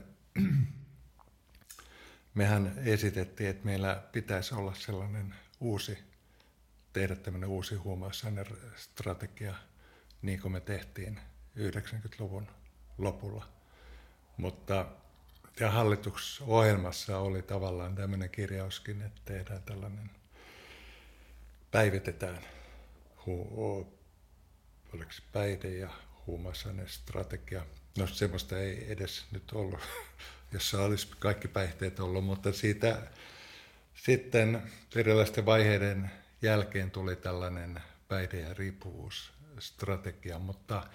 mehän esitettiin, että meillä pitäisi olla sellainen uusi, tehdä tämmöinen uusi huumausainestrategia, niin kuin me tehtiin yhdeksänkymmentäluvun lopulla. Mutta ja hallitusohjelmassa oli tavallaan tämmöinen kirjauskin, että tehdään tällainen, päivitetään hu, oliko se päihde- ja huumausainestrategia. No semmoista ei edes nyt ollut, jossa olisi kaikki päihteet ollut, mutta siitä sitten erilaisten vaiheiden jälkeen tuli tällainen päihde- ja riippuvuusstrategia, mutta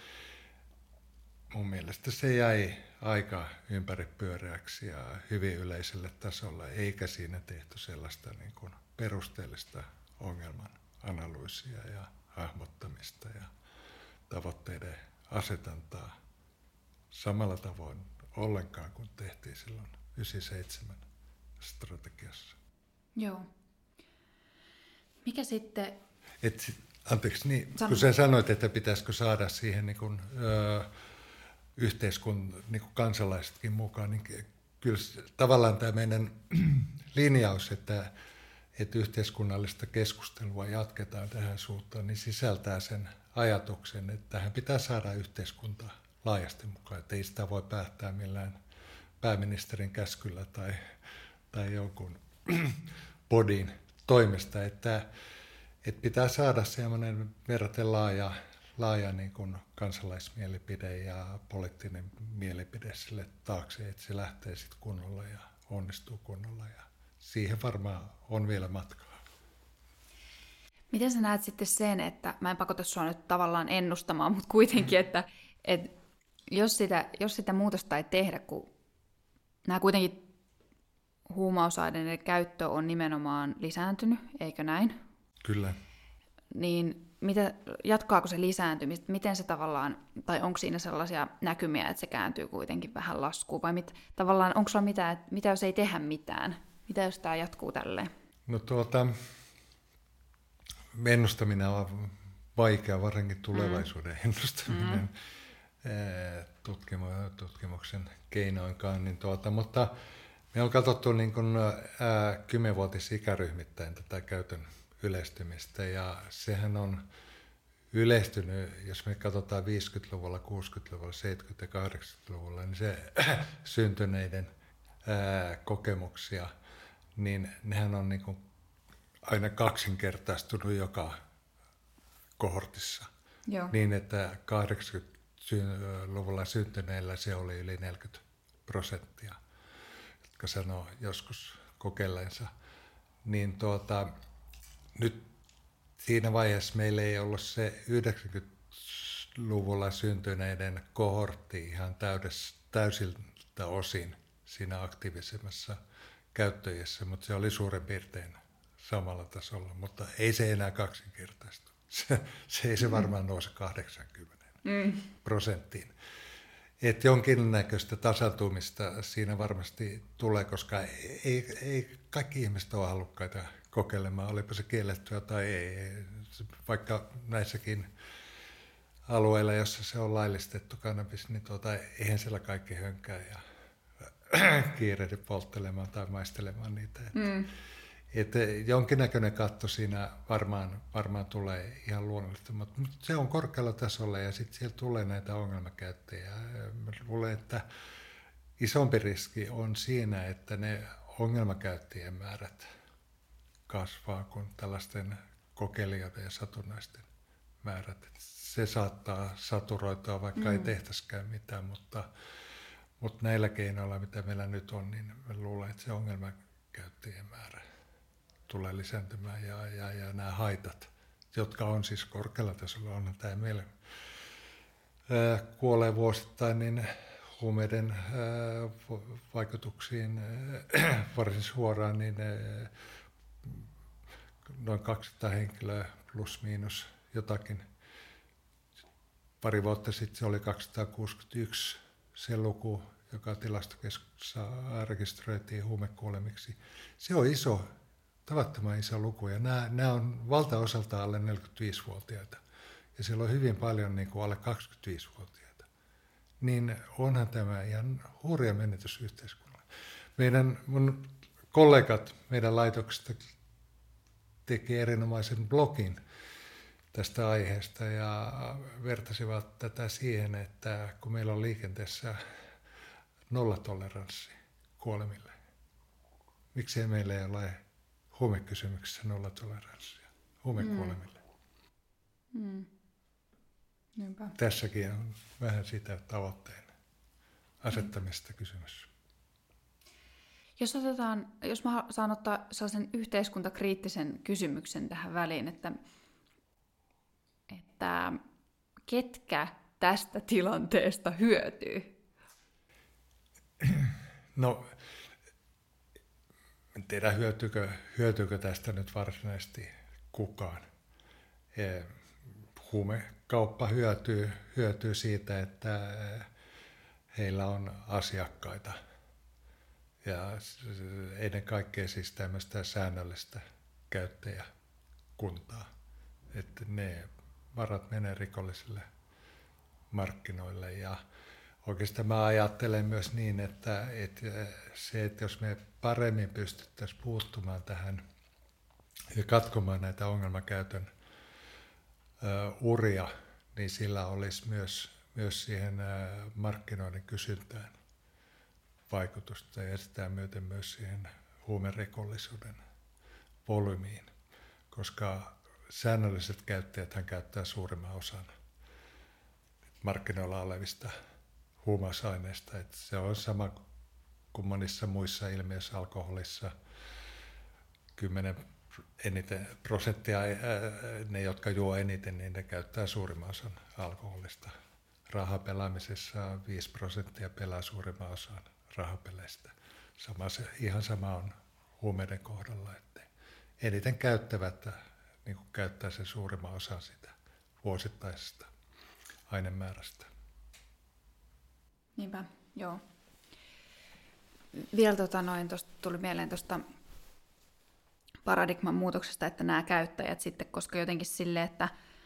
mun mielestä se jäi aika ympäripyöreäksi ja hyvin yleiselle tasolle, eikä siinä tehty sellaista niin kuin perusteellista ongelman analyysiä ja hahmottamista ja tavoitteiden asetantaa samalla tavoin ollenkaan kuin tehtiin silloin yhdeksänkymmentäseitsemän strategiassa. Joo. Mikä sitten... Et, anteeksi, niin, kun sä sanoit, että pitäisikö saada siihen niin kuin, ö, yhteiskunnan niin kuin kansalaisetkin mukaan, niin kyllä tavallaan tämä meidän linjaus, että, että yhteiskunnallista keskustelua jatketaan tähän suuntaan, niin sisältää sen ajatuksen, että tähän pitää saada yhteiskunta laajasti mukaan, että ei sitä voi päättää millään pääministerin käskyllä tai, tai jonkun bodin toimesta, että, että pitää saada semmoinen verraten laaja, laaja niin kuin kansalaismielipide ja poliittinen mielipide sille taakse, että se lähtee sitten kunnolla ja onnistuu kunnolla ja siihen varmaan on vielä matkaa. Miten sä näet sitten sen, että mä en pakota sua nyt tavallaan ennustamaan, mutta kuitenkin, että, että jos, sitä, jos sitä muutosta ei tehdä, kun nämä kuitenkin huumausaineiden käyttö on nimenomaan lisääntynyt, eikö näin? Kyllä. Niin mitä, jatkaako se lisääntymistä? Miten se tavallaan, tai onko siinä sellaisia näkymiä, että se kääntyy kuitenkin vähän laskuun? Vai mit, tavallaan onko sulla mitään, että mitä jos ei tehdä mitään? Mitä jos tämä jatkuu tälleen? No tuota, ennustaminen on vaikea, varsinkin tulevaisuuden mm. ennustaminen mm. tutkimuksen keinoinkaan. Niin tuota, mutta me on katsottu niin kuin kymmenvuotisikäryhmittäin tätä käytön yleistymistä, ja sehän on yleistynyt, jos me katsotaan viisikymmentäluvulla, kuusikymmentäluvulla, seitsemänkymmentä- ja kahdeksankymmentäluvulla, niin se syntyneiden ää, kokemuksia, niin nehän on niin kuin aina kaksinkertaistunut joka kohortissa. Joo. Niin, että kahdeksankymmentäluvulla syntyneillä se oli yli neljäkymmentä prosenttia, jotka sanoo joskus kokeilleensa. Niin tuota, nyt siinä vaiheessa meillä ei ollut se yhdeksänkymmentäluvulla syntyneiden kohortti ihan täydessä, täysiltä osin siinä aktiivisemmassa käyttäjässä, mutta se oli suurin piirtein samalla tasolla, mutta ei se enää kaksinkertaistu. Se, se ei se varmaan nouse kahdeksankymmentä mm. prosenttiin. Että jonkinnäköistä tasantumista siinä varmasti tulee, koska ei, ei kaikki ihmiset ole halukkaita kokeilemaan, olipa se kiellettyä tai ei. Vaikka näissäkin alueilla, jossa se on laillistettu kannabis, niin tuota, eihän siellä kaikki hönkää ja kiirehdi polttelemaan tai maistelemaan niitä. Mm. Että jonkinnäköinen katto siinä varmaan, varmaan tulee ihan luonnollisesti, mutta se on korkealla tasolla ja sitten siellä tulee näitä ongelmakäyttäjiä. Mä luulen, että isompi riski on siinä, että ne ongelmakäyttäjien määrät kasvaa kuin tällaisten kokeilijoiden ja satunnaisten määrät. Se saattaa saturoitua, vaikka mm. ei tehtäisikään mitään, mutta, mutta näillä keinoilla, mitä meillä nyt on, niin mä luulen, että se ongelmakäyttäjien määrä tulee lisääntymään ja, ja, ja nämä haitat, jotka on siis korkealla tasolla, onhan tämä meillä ää, kuolee vuosittain, niin huumeiden ää, vaikutuksiin ää, varsin suoraan, niin ää, noin kaksisataa henkilöä plus miinus jotakin. Pari vuotta sitten se oli kaksisataakuusikymmentäyksi se luku, joka tilastokeskuksessa rekisteröitiin huumekuolemiksi. Se on iso, tavattoman iso luku ja nämä, nämä on valtaosalta alle neljäkymmentäviisivuotiaita ja siellä on hyvin paljon niin kuin alle kaksikymmentäviisivuotiaita. Niin onhan tämä ihan hurja menetys yhteiskunnalle. Meidän mun kollegat meidän laitoksesta teki erinomaisen blogin tästä aiheesta ja vertasivat tätä siihen, että kun meillä on liikenteessä nollatoleranssi kuolemille, miksei meillä ei ole huumekysymyksessä nollatoleranssia huumekuolemille? Mm. Mm. Tässäkin on vähän sitä tavoitteen asettamista mm. kysymys. Jos, otetaan, jos mä saan ottaa sellaisen yhteiskuntakriittisen kysymyksen tähän väliin, että, että ketkä tästä tilanteesta hyötyy? No, en tiedä hyötyykö, hyötyykö tästä nyt varsinaisesti kukaan. Huumekauppa hyötyy, hyötyy siitä, että heillä on asiakkaita. Ja ennen kaikkea siis tämmöistä säännöllistä käyttäjäkuntaa. Että ne varat menee rikollisille markkinoille. Ja oikeastaan mä ajattelen myös niin, että, että se, että jos me paremmin pystyttäisiin puuttumaan tähän ja katkomaan näitä ongelmakäytön ö, uria, niin sillä olisi myös, myös siihen ö, markkinoiden kysyntään vaikutusta ja sitä myöten myös siihen huumerikollisuuden volyymiin, koska säännölliset käyttäjäthän käyttää suurimman osan markkinoilla olevista huumausaineista. Että se on sama kuin monissa muissa ilmiöissä alkoholissa. Kymmenen eniten prosenttia, ne jotka juo eniten, niin ne käyttää suurimman osan alkoholista. Rahapelaamisessa viisi prosenttia pelaa suurimman osan rahapeleistä. Sama se, ihan sama on huumeiden kohdalla, että eniten käyttävät niin kuin käyttää sen suurimman osan sitä vuosittaisesta ainemäärästä. Niinpä, joo. Vielä tota noin, tosta tuli mieleen tuosta paradigman muutoksesta, että nämä käyttäjät sitten, koska jotenkin silleen, että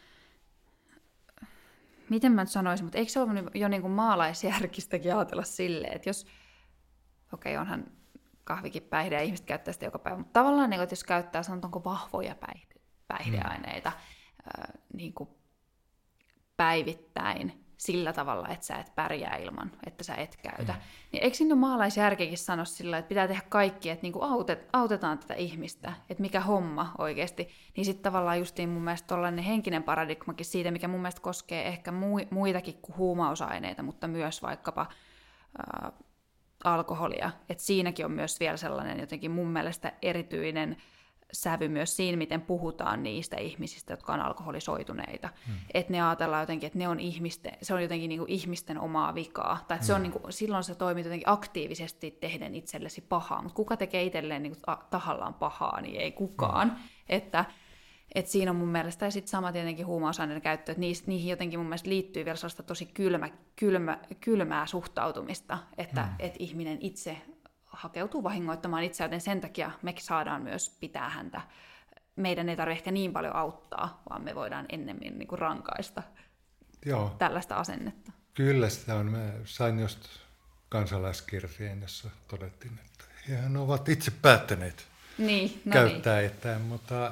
miten mä nyt sanoisin, mutta eikö se ole jo niin kuin maalaisjärkistäkin ajatella silleen, että jos, okei, okay, onhan kahvikin päihde ja ihmiset käyttää sitä joka päivä, mutta tavallaan niin, että jos käyttää sanotaanko vahvoja päihde, päihdeaineita mm. äh, niin kuin päivittäin, sillä tavalla, että sä et pärjää ilman, että sä et käytä. Mm. Niin eikö siinä ole maalaisjärkekin sanoa sillä, että pitää tehdä kaikki, että niinku autet, autetaan tätä ihmistä, että mikä homma oikeasti. Niin sitten tavallaan justiin mun mielestä tollainen henkinen paradigmakin siitä, mikä mun mielestä koskee ehkä muitakin kuin huumausaineita, mutta myös vaikkapa ää, alkoholia. Että siinäkin on myös vielä sellainen jotenkin mun mielestä erityinen sävy myös siinä, miten puhutaan niistä ihmisistä, jotka on alkoholisoituneita. Hmm. Että ne ajatellaan jotenkin, että ne on ihmisten, se on jotenkin niin kuin ihmisten omaa vikaa. Tai että hmm. se on niin kuin, silloin se toimii jotenkin aktiivisesti tehden itsellesi pahaa. Mutta kuka tekee itselleen niin kuin tahallaan pahaa, niin ei kukaan. Hmm. Että, että siinä on mun mielestä, ja sitten sama tietenkin huumausaineiden käyttö, että niihin jotenkin mun mielestä liittyy vielä sellaista tosi kylmä, kylmä, kylmää suhtautumista, että, hmm. että ihminen itse hakeutuu vahingoittamaan itseään, joten sen takia me saadaan myös pitää häntä. Meidän ei tarvitse ehkä niin paljon auttaa, vaan me voidaan ennemmin niin kuin rankaista. Joo. Tällaista asennetta. Kyllä sitä on. Mä sain just kansalaiskirjeen, jossa todettiin, että he ovat itse päättäneet niin, no käyttää niin. itseään, mutta,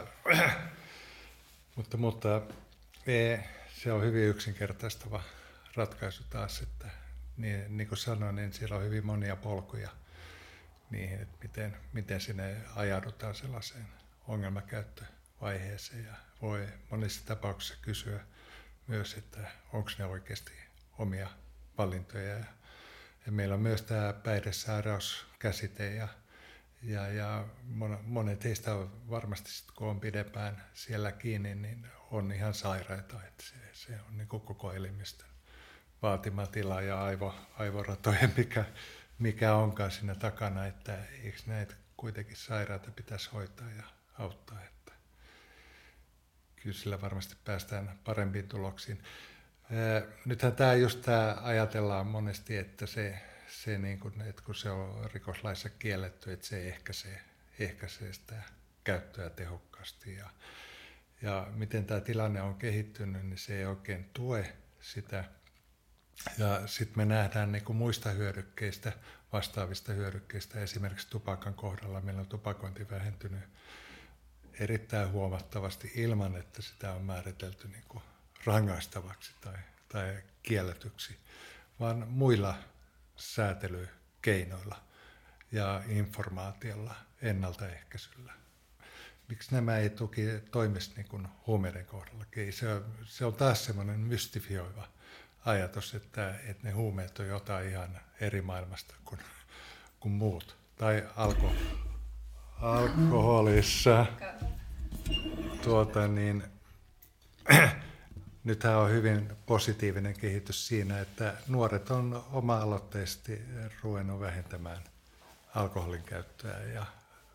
mutta, mutta se on hyvin yksinkertaistava ratkaisu taas, että niin, niin kuin sanoin, niin siellä on hyvin monia polkuja niihin, että miten, miten sinne ajaudutaan sellaiseen ongelmakäyttövaiheeseen. Ja voi monissa tapauksissa kysyä myös, että onko ne oikeasti omia valintoja. Ja, ja meillä on myös tämä päihdesairauskäsite ja, ja, ja monet heistä on varmasti, sit, kun on pidempään siellä kiinni, niin on ihan sairaita. Että se, se on niin kuin koko elimistön vaatima tila ja aivo, aivoratojen, mikä mikä onkaan siinä takana, että eikö näitä kuitenkin sairaita pitäisi hoitaa ja auttaa. Että kyllä sillä varmasti päästään parempiin tuloksiin. Nythän tämä just tämä ajatellaan monesti, että se, se niin kuin, että kun se on rikoslaissa kielletty, että se ehkäisee, ehkäisee sitä käyttöä tehokkaasti. Ja, ja miten tämä tilanne on kehittynyt, niin se ei oikein tue sitä. Ja sitten me nähdään niin kuin muista hyödykkeistä, vastaavista hyödykkeistä, esimerkiksi tupakan kohdalla meillä on tupakointi vähentynyt erittäin huomattavasti ilman, että sitä on määritelty niin kuin rangaistavaksi tai, tai kielletyksi, vaan muilla säätelykeinoilla ja informaatiolla, ennaltaehkäisyllä. Miksi nämä ei toki toimisi niin kuin huumeiden kohdallakin? Se on, se on taas semmoinen mystifioiva ajatus, että, että ne huumeet on jotain ihan eri maailmasta kuin, kuin muut. Tai alko, alkoholissa. Tuota, niin, nythän on hyvin positiivinen kehitys siinä, että nuoret on oma-aloitteisesti ruvennut vähentämään alkoholin käyttöä. Ja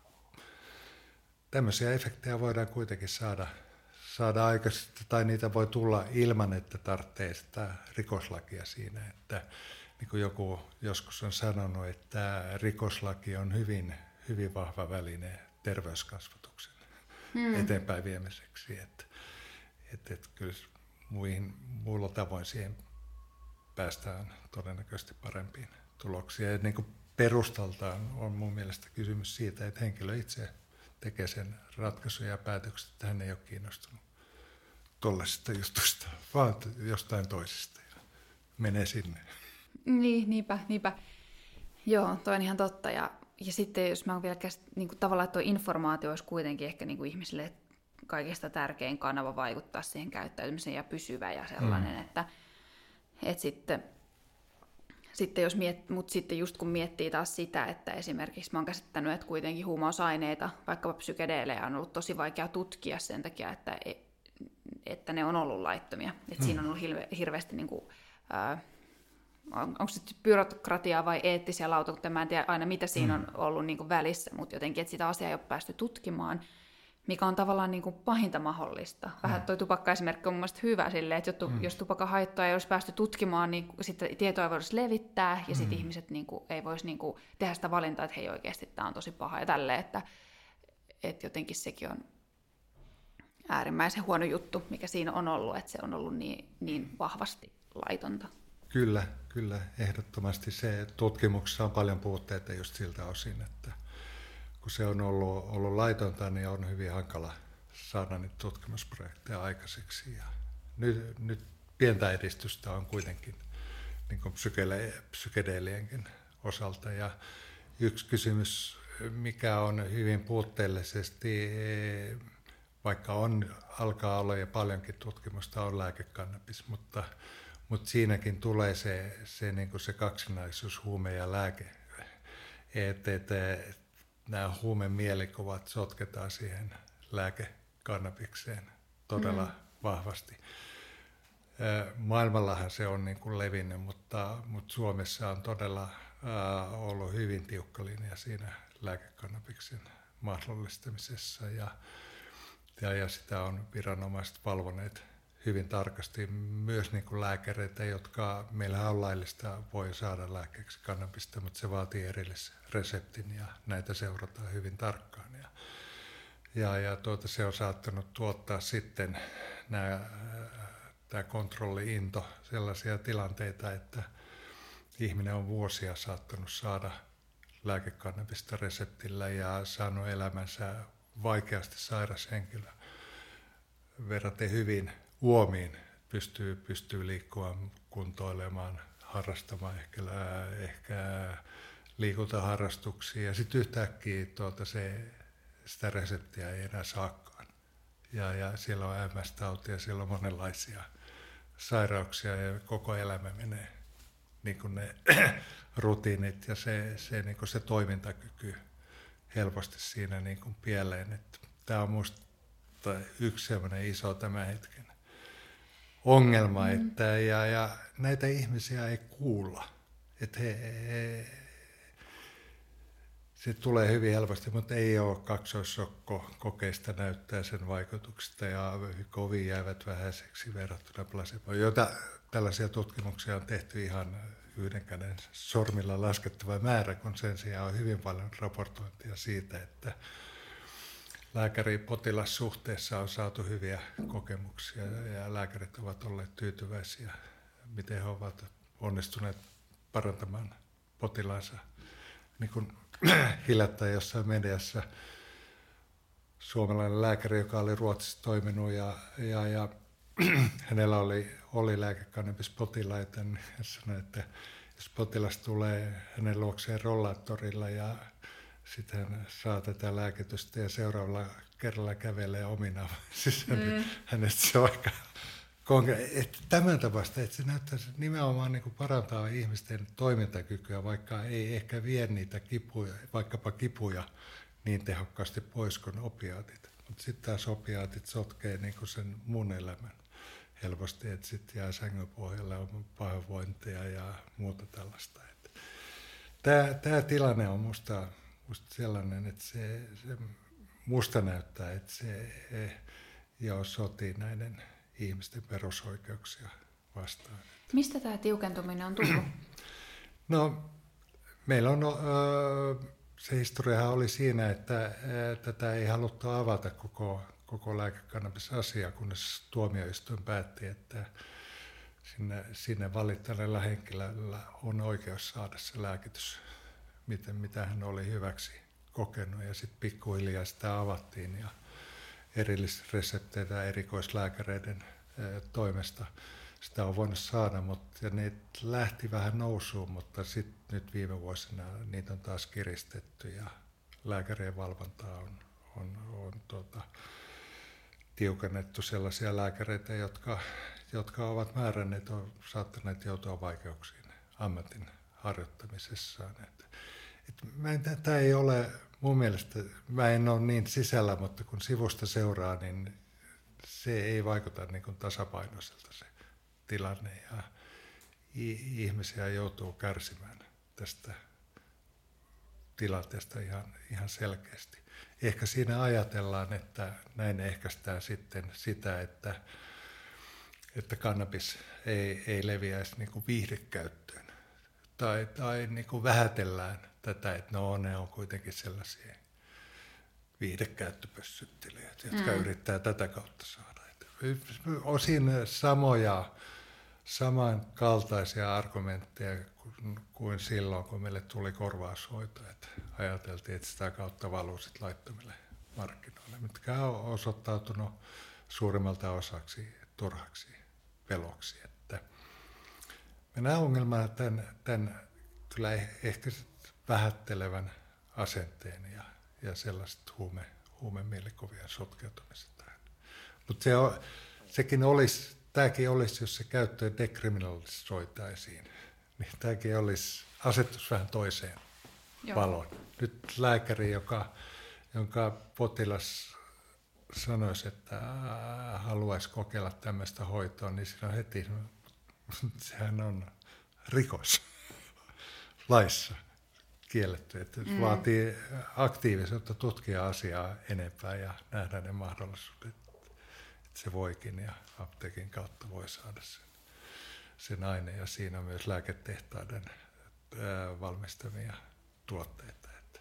tämmöisiä efektejä voidaan kuitenkin saada saada aikaisesti, tai niitä voi tulla ilman, että tarvitsee sitä rikoslakia siinä. Että, niin kuin joku joskus on sanonut, että rikoslaki on hyvin, hyvin vahva väline terveyskasvatuksen hmm. eteenpäin viemiseksi. Että, että, että kyllä muihin, muilla tavoin siihen päästään todennäköisesti parempiin tuloksiin. Ja niin kuin perustaltaan on mun mielestä kysymys siitä, että henkilö itse tekee sen ratkaisuja ja päätökset, että hän ei ole kiinnostunut tuollaisesta jutusta, vaan jostain toisesta ja menee sinne. Niin, niinpä, niinpä. Joo, toi on ihan totta. Ja, ja sitten jos mä vielä käsit, niin kuin tavallaan, että tuo informaatio olisi kuitenkin ehkä niin kuin ihmisille kaikista tärkein kanava vaikuttaa siihen käyttäytymiseen ja pysyvä ja sellainen, mm. että, että sitten, sitten jos miet, mutta sitten just kun miettii taas sitä, että esimerkiksi mä oon käsittänyt, että kuitenkin huumausaineita, vaikkapa psykedeelejä, on ollut tosi vaikea tutkia sen takia, että, että ne on ollut laittomia. Että mm. siinä on ollut hirve, hirveästi, niin kuin, äh, on, onko se byrokratiaa vai eettisiä lautakuntia, mä en tiedä aina mitä siinä mm. on ollut niin kuin välissä, mutta jotenkin, että sitä asiaa ei ole päästy tutkimaan, mikä on tavallaan niin kuin pahinta mahdollista. Vähän tuo tupakka-esimerkki on mun mielestä hyvä silleen, että mm. jos tupakan haittoa ei olisi päästy tutkimaan, niin sitten tietoa ei voisi levittää, ja sitten mm. ihmiset niin kuin, ei voisi niin kuin, tehdä sitä valintaa, että hei oikeasti tämä on tosi paha, ja tälleen, että, että jotenkin sekin on äärimmäisen huono juttu, mikä siinä on ollut, että se on ollut niin, niin vahvasti laitonta. Kyllä, kyllä, ehdottomasti se tutkimuksessa on paljon puutteita just siltä osin, että kun se on ollut, ollut laitonta, niin on hyvin hankala saada niitä tutkimusprojekteja aikaiseksi. Ja nyt, nyt pientä edistystä on kuitenkin niin kuin psykele- psykedeelienkin osalta. Ja yksi kysymys, mikä on hyvin puutteellisesti, vaikka on, alkaa olla jo paljonkin tutkimusta, on lääkekannabis, mutta, mutta siinäkin tulee se, se, niin kuin se kaksinaisuus, huume ja lääke, että et, nämä huumemielikuvat sotketaan siihen lääkekannabikseen todella mm. vahvasti. Maailmallahan se on niin kuin levinnyt, mutta, mutta Suomessa on todella äh, ollut hyvin tiukka linja siinä lääkekannabiksen mahdollistamisessa ja, ja, ja sitä on viranomaiset valvoneet hyvin tarkasti. Myös niin kuin lääkäreitä, jotka meillä on laillista, voi saada lääkkeeksi kannabista, mutta se vaatii erillisreseptin ja näitä seurataan hyvin tarkkaan. Ja, ja, ja tuota, se on saattanut tuottaa sitten nämä tämä kontrolli-into, sellaisia tilanteita, että ihminen on vuosia saattanut saada lääkekannabista reseptillä ja saanut elämänsä vaikeasti sairas henkilö verraten hyvin uomiin, pystyy, pystyy liikkumaan, kuntoilemaan, harrastamaan ehkä, ehkä liikuntaharrastuksia ja sitten yhtäkkiä tuota se, sitä reseptiä ei enää saakaan. Ja, ja siellä on M S-tautia, siellä on monenlaisia sairauksia ja koko elämä menee niin kuin ne rutiinit ja se, se, niin kuin se toimintakyky helposti siinä niin kuin pieleen. Että tämä on minusta yksi sellainen iso tämän hetken ongelma, mm. että ja, ja näitä ihmisiä ei kuulla. Että he, he, se tulee hyvin helposti, mutta ei ole kaksoissokko-kokeista näyttää sen vaikutuksista ja kovin jäävät vähäiseksi verrattuna placeboon, joita tällaisia tutkimuksia on tehty ihan yhden käden sormilla laskettava määrä, kun sen sijaan on hyvin paljon raportointia siitä, että lääkäri-potilassuhteessa on saatu hyviä kokemuksia ja lääkärit ovat olleet tyytyväisiä, miten he ovat onnistuneet parantamaan potilaansa. Niin kuin hiljattain jossain mediassa suomalainen lääkäri, joka oli Ruotsissa toiminut ja, ja, ja hänellä oli, oli lääkekannabispotilaita, niin hän sanoi, että jos potilas tulee hänen luokseen rollaattorilla ja sitten hän saa tätä lääkitystä ja seuraavalla kerralla kävelee omina, siis mm. hänestä se on aika että tämän tapasta, että se näyttää se nimenomaan niin kuin parantaa ihmisten toimintakykyä, vaikka ei ehkä vie niitä kipuja, vaikkapa kipuja niin tehokkaasti pois kuin opiaatit. Mutta sitten taas opiaatit sotkee niin kuin sen muun elämän helposti, että sitten jää sängyn pohjalle on pahoinvointia ja muuta tällaista. Tämä, tämä tilanne on musta, musta sellainen, että se, se musta näyttää, että se jo sotii näiden ihmisten perusoikeuksia vastaan. Mistä tämä tiukentuminen on tullut? No, meillä on, se historiahan oli siinä, että tätä ei haluttu avata koko, koko lääkekannabisasiaa, kunnes tuomioistuin päätti, että sinne, sinne valittaneella henkilöllä on oikeus saada se lääkitys, miten, mitä hän oli hyväksi kokenut. Ja sitten pikkuhiljaa sitä avattiin ja erillisresepteitä erikoislääkäreiden toimesta sitä on voinut saada, mutta ja ne lähti vähän nousuun, mutta sitten nyt viime vuosina niitä on taas kiristetty ja lääkärien valvontaa on, on, on tuota, tiukennettu sellaisia lääkäreitä, jotka, jotka ovat määränneet, on saattaneet joutua vaikeuksiin ammatin harjoittamisessaan. Et, et tämä ei ole mun mielestä, mä en ole niin sisällä, mutta kun sivusta seuraa, niin se ei vaikuta niin kuin tasapainoiselta se tilanne ja ihmisiä joutuu kärsimään tästä tilanteesta ihan, ihan selkeästi. Ehkä siinä ajatellaan, että näin ehkäistään sitten sitä, että, että kannabis ei, ei leviäisi niin kuin viihdekäyttöön tai, tai niin kuin vähätellään tätä, että no ne on kuitenkin sellaisia viihdekäyttöpössyttelijöitä, jotka mm. yrittää tätä kautta saada. Osin samoja, samankaltaisia argumentteja kuin silloin, kun meille tuli korvaushoito. Että ajateltiin, että sitä kautta valuu sit laittomille markkinoille, mitkä on osoittautunut suurimmalta osaksi turhaksi peloksi. Että mä näen ongelmaa tämän, tämän kyllä ehkä vähättelevän asenteen ja, ja sellaiset huume, huumemielikuvien sotkeutumista. Mutta se sekin olisi, tämäkin olisi, jos se käyttö dekriminalisoitaisiin, niin tämäkin olisi asetus vähän toiseen Joo. valoon. Nyt lääkäri, joka, jonka potilas sanoisi, että haluaisi kokeilla tämmöistä hoitoa, niin siinä on heti, sehän on rikos laissa kielletty. Että mm. vaatii aktiivisuutta tutkia asiaa enempää ja nähdä ne mahdollisuudet, että se voikin ja apteekin kautta voi saada sen, sen aineen. Ja siinä on myös lääketehtaiden ää, valmistamia tuotteita. Että,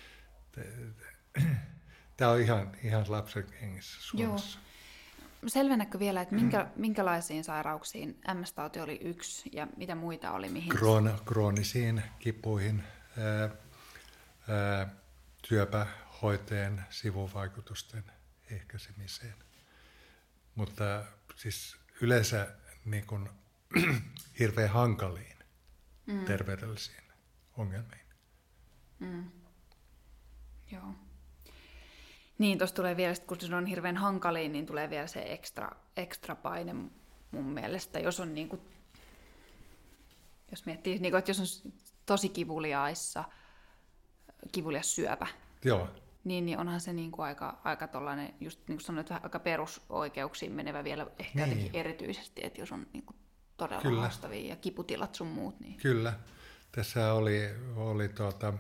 tämä on ihan, ihan lapsen kengissä Suomessa. Joo. Selvennäkö vielä, että minkä, minkälaisiin sairauksiin M S-tauti oli yksi ja mitä muita oli? Mihin? Kroon, kroonisiin kipuihin, ää, ää, syöpähoiteen sivuvaikutusten ehkäisemiseen. Mutta siis yleensä niin kuin, hirveän hankaliin mm. terveydellisiin ongelmiin. Mm. Joo. Niin, tuossa tulee vielä, kun se on hirveän hankaliin, niin tulee vielä se ekstra, ekstra paine mun mielestä, jos on niin kuin, jos miettii, niin kuin, että jos on tosi kivuliaissa, kivulias syöpä, Joo. Niin, niin onhan se niin kuin aika, aika tollainen, just niin kuin sanoit, vähän aika perusoikeuksiin menevä vielä ehkä niin. jotenkin erityisesti, että jos on niin kuin todella Kyllä. haastavia ja kiputilat sun muut. Niin... Kyllä. Tässä oli, oli tuota,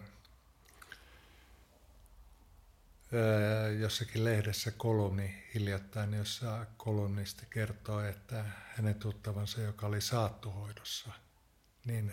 jossakin lehdessä kolumni hiljattain, jossa kolumnisti kertoo, että hänen tuttavansa, joka oli saattohoidossa, niin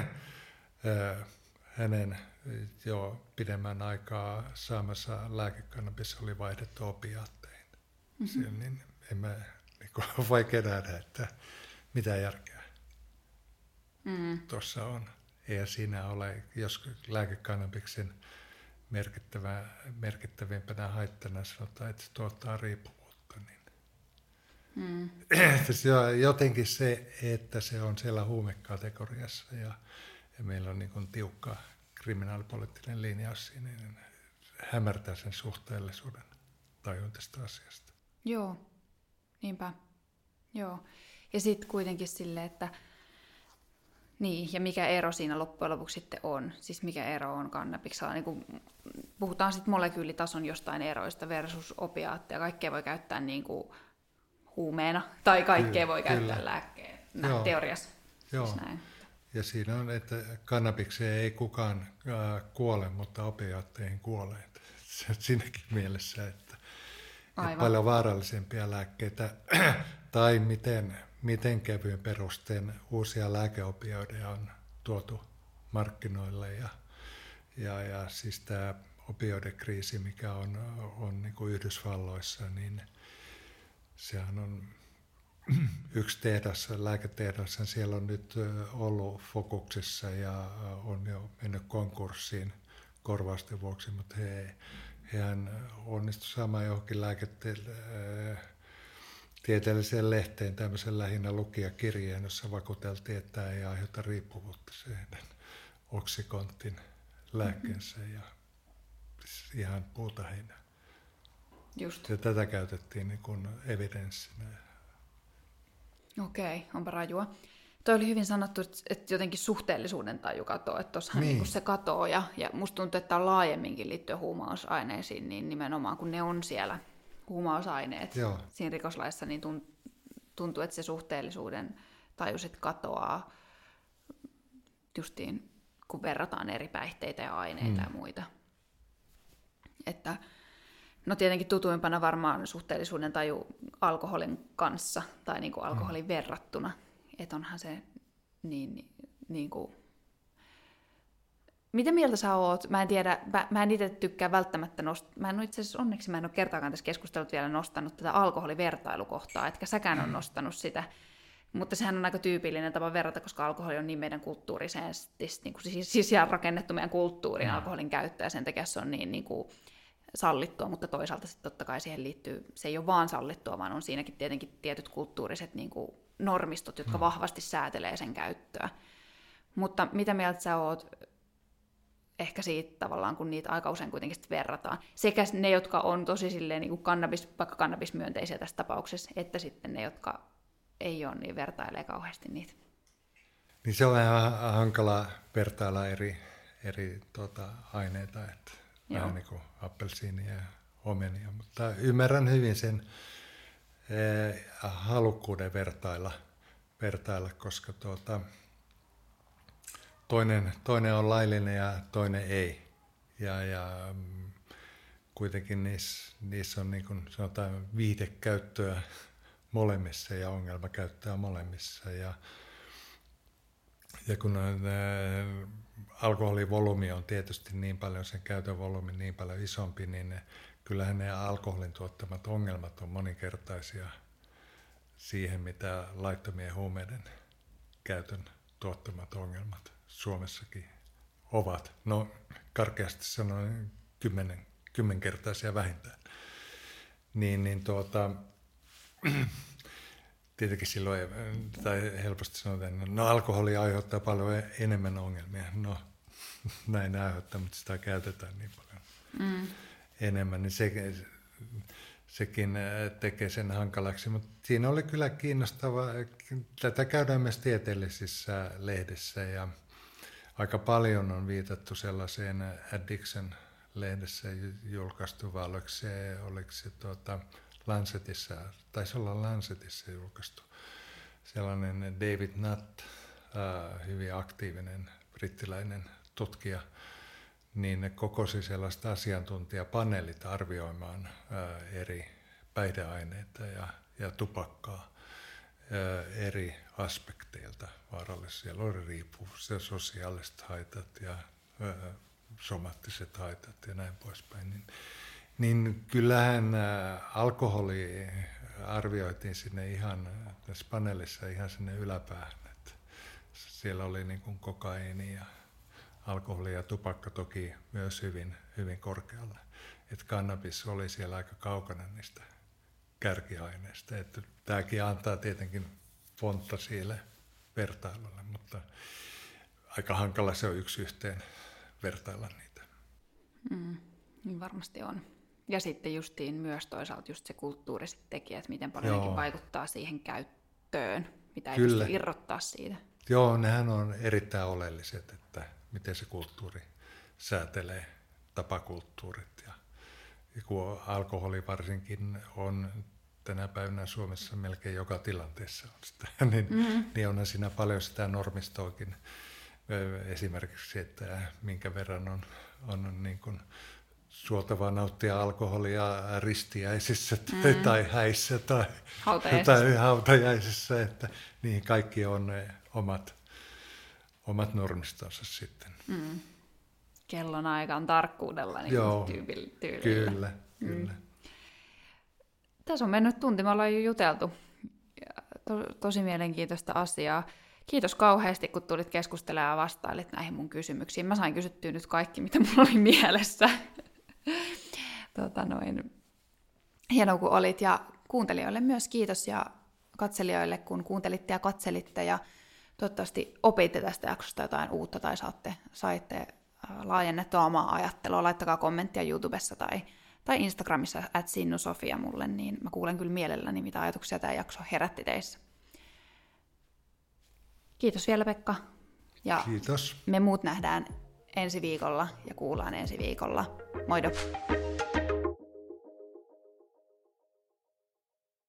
hänen jo pidemmän aikaa saamassa lääkekannabis oli vaihdettu opiaatteihin. Mm-hmm. Niin en mä niin vaikea nähdä, että mitä järkeä mm. tuossa on. Ei siinä ole, jos lääkekannabiksen merkittävä, merkittävimpänä haittana sanotaan, että se tuottaa riippuvuutta. Niin. Mm. Se on jotenkin se, että se on siellä huumekategoriassa ja, ja meillä on niin kuin tiukka kriminaalipoliittinen linjaus siinä, niin hämärtää sen suhteellisuuden tajun tästä asiasta. Joo, niinpä. Joo. Ja sitten kuitenkin silleen, että niin, ja mikä ero siinä loppujen lopuksi sitten on, siis mikä ero on kannabiksella, niin kun puhutaan sitten molekyylitason jostain eroista versus opiaatteja, kaikkea voi käyttää niin kuin huumeena, tai kaikkea kyllä, voi käyttää kyllä. lääkkeenä, teoriassa. Joo. Siis näin. Ja siinä on, että kannabikseen ei kukaan äh, kuole, mutta opiaatteihin kuolee. Siinäkin mielessä, että, että paljon vaarallisempia lääkkeitä, tai miten, miten kevyen perusteen uusia lääkeopioideja on tuotu markkinoille. Ja, ja, ja siis tämä opioidekriisi, mikä on, on niin kuin Yhdysvalloissa, niin sehän on yksi tehdas, lääketehdas, siellä on nyt ollut fokuksessa ja on jo mennyt konkurssiin korvausten vuoksi, mutta he, hehän onnistuivat saamaan johonkin lääketieteelliseen lehteen tämmöisen lähinnä lukijakirjeen, jossa vakuuteltiin, että tämä ei aiheuta riippuvuutta se heidän oksikontin lääkkeensä mm-hmm. ja ihan puuta heinää. Just. Ja tätä käytettiin niin kuin evidenssinä. Okei, onpa rajua. Toi oli hyvin sanottu, että jotenkin suhteellisuuden taju katoo, että tuossahan niin. niin se katoo, ja, ja musta tuntuu, että on laajemminkin liittyen huumausaineisiin, niin nimenomaan kun ne on siellä huumausaineet Joo. siinä rikoslaissa, niin tuntuu, että se suhteellisuuden taju sit katoaa justiin, kun verrataan eri päihteitä ja aineita hmm. ja muita. Että no tietenkin tutuimpana varmaan suhteellisuuden taju alkoholin kanssa tai niin kuin alkoholin mm. verrattuna. Että onhan se niin, niin kuin... Mitä mieltä sä oot? Mä en tiedä, mä, mä en itse tykkää välttämättä nostaa. Mä en ole itse asiassa, onneksi mä en ole kertaakaan tässä keskustelut vielä nostanut tätä alkoholivertailukohtaa, etkä säkään on nostanut sitä. Mutta sehän on aika tyypillinen tapa verrata, koska alkoholi on niin meidän kulttuurisesti niin kuin sisäänrakennettu meidän kulttuurin mm. alkoholin käyttö, ja sen takia se on niin... niin kuin, sallittua, mutta toisaalta sitten totta kai siihen liittyy, se ei ole vaan sallittua, vaan on siinäkin tietenkin tietyt kulttuuriset niin kuin normistot, jotka mm. vahvasti säätelee sen käyttöä. Mutta mitä mieltä sä oot ehkä siitä tavallaan, kun niitä aika usein kuitenkin verrataan, sekä ne, jotka on tosi silleen niin kuin kannabis, vaikka kannabismyönteisiä tässä tapauksessa, että sitten ne, jotka ei ole, niin vertailee kauheasti niitä. Niin se on vähän hankala vertailla eri, eri tuota, aineita, että vähän niin kuin appelsiinia ja omenia, mutta ymmärrän hyvin sen eh, halukkuuden vertailla, vertailla koska tuota, toinen, toinen on laillinen ja toinen ei. Ja, ja kuitenkin niissä, niissä on niin kuin sanotaan viihdekäyttöä molemmissa ja ongelmakäyttöä molemmissa. Ja, ja kun on, ä, alkoholivolyymi on tietysti niin paljon, sen käytön volyymi niin paljon isompi, niin kyllähän ne alkoholin tuottamat ongelmat on moninkertaisia siihen, mitä laittomien huumeiden käytön tuottamat ongelmat Suomessakin ovat. No karkeasti sanoen kymmenen, kymmenkertaisia vähintään. Niin, niin tuota, tietenkin silloin, tai helposti sanotaan, no alkoholi aiheuttaa paljon enemmän ongelmia. No näin aiheuttaa, mutta sitä käytetään niin paljon mm. enemmän, niin se, sekin tekee sen hankalaksi. Mutta siinä oli kyllä kiinnostavaa, tätä käydään myös tieteellisissä lehdissä ja aika paljon on viitattu sellaiseen Addiction-lehdessä julkaistu, vai oliko se, oliko se tuota Lancetissa, taisi olla Lancetissa julkaistu, sellainen David Nutt, äh, hyvin aktiivinen brittiläinen tutkija, niin ne kokosi sellaista asiantuntijapaneelit arvioimaan äh, eri päihdeaineita ja, ja tupakkaa äh, eri aspekteilta vaarallisia. Siellä oli riippuvuus ja sosiaaliset haitat ja äh, somaattiset haitat ja näin poispäin. Niin, niin kyllähän äh, alkoholi arvioitiin sinne ihan, tässä paneelissa ihan sinne yläpäähän. Että siellä oli niin kuin kokaiini ja alkoholi ja tupakka toki myös hyvin, hyvin korkealla. Että kannabis oli siellä aika kaukana niistä kärkiaineista. Että tämäkin antaa tietenkin pontta sille vertailulle, mutta aika hankala se on yksi yhteen vertailla niitä. Mm, niin varmasti on. Ja sitten justiin myös toisaalta just se kulttuuriset tekijät, miten paljon nekin vaikuttaa siihen käyttöön, mitä ei Kyllä. pysty irrottaa siitä. Joo, nehän on erittäin oleelliset, että miten se kulttuuri säätelee tapakulttuurit. Ja, ja kun alkoholi varsinkin on tänä päivänä Suomessa melkein joka tilanteessa on sitä, niin, mm-hmm. niin onhan siinä paljon sitä normistoakin. Esimerkiksi, että minkä verran on, on niin kuin suotavaa nauttia alkoholia ristiäisissä tai, mm. tai häissä tai hautajaisissa. tai hautajaisissa, että niihin kaikki on ne omat, omat normistonsa sitten. Mm. Kellon aikaan tarkkuudella niin Joo, tyylillä. Kyllä, mm. kyllä. Tässä on mennyt tunti, me ollaan jo juteltu. To, tosi mielenkiintoista asiaa. Kiitos kauheasti, kun tulit keskustelemaan ja vastailit näihin mun kysymyksiin. Mä sain kysyttyä nyt kaikki, mitä mulla oli mielessä. tota noin. Hienoa, kun olit. Ja kuuntelijoille myös kiitos ja katselijoille, kun kuuntelitte ja katselitte. Ja toivottavasti opitte tästä jaksosta jotain uutta tai saatte, saitte laajennettua omaa ajattelua. Laittakaa kommenttia YouTubessa tai, tai Instagramissa at sinnusofia mulle, niin mä kuulen kyllä mielelläni, mitä ajatuksia tämä jakso herätti teissä. Kiitos vielä, Pekka. Ja Kiitos. Me muut nähdään ensi viikolla ja kuullaan ensi viikolla. Moido!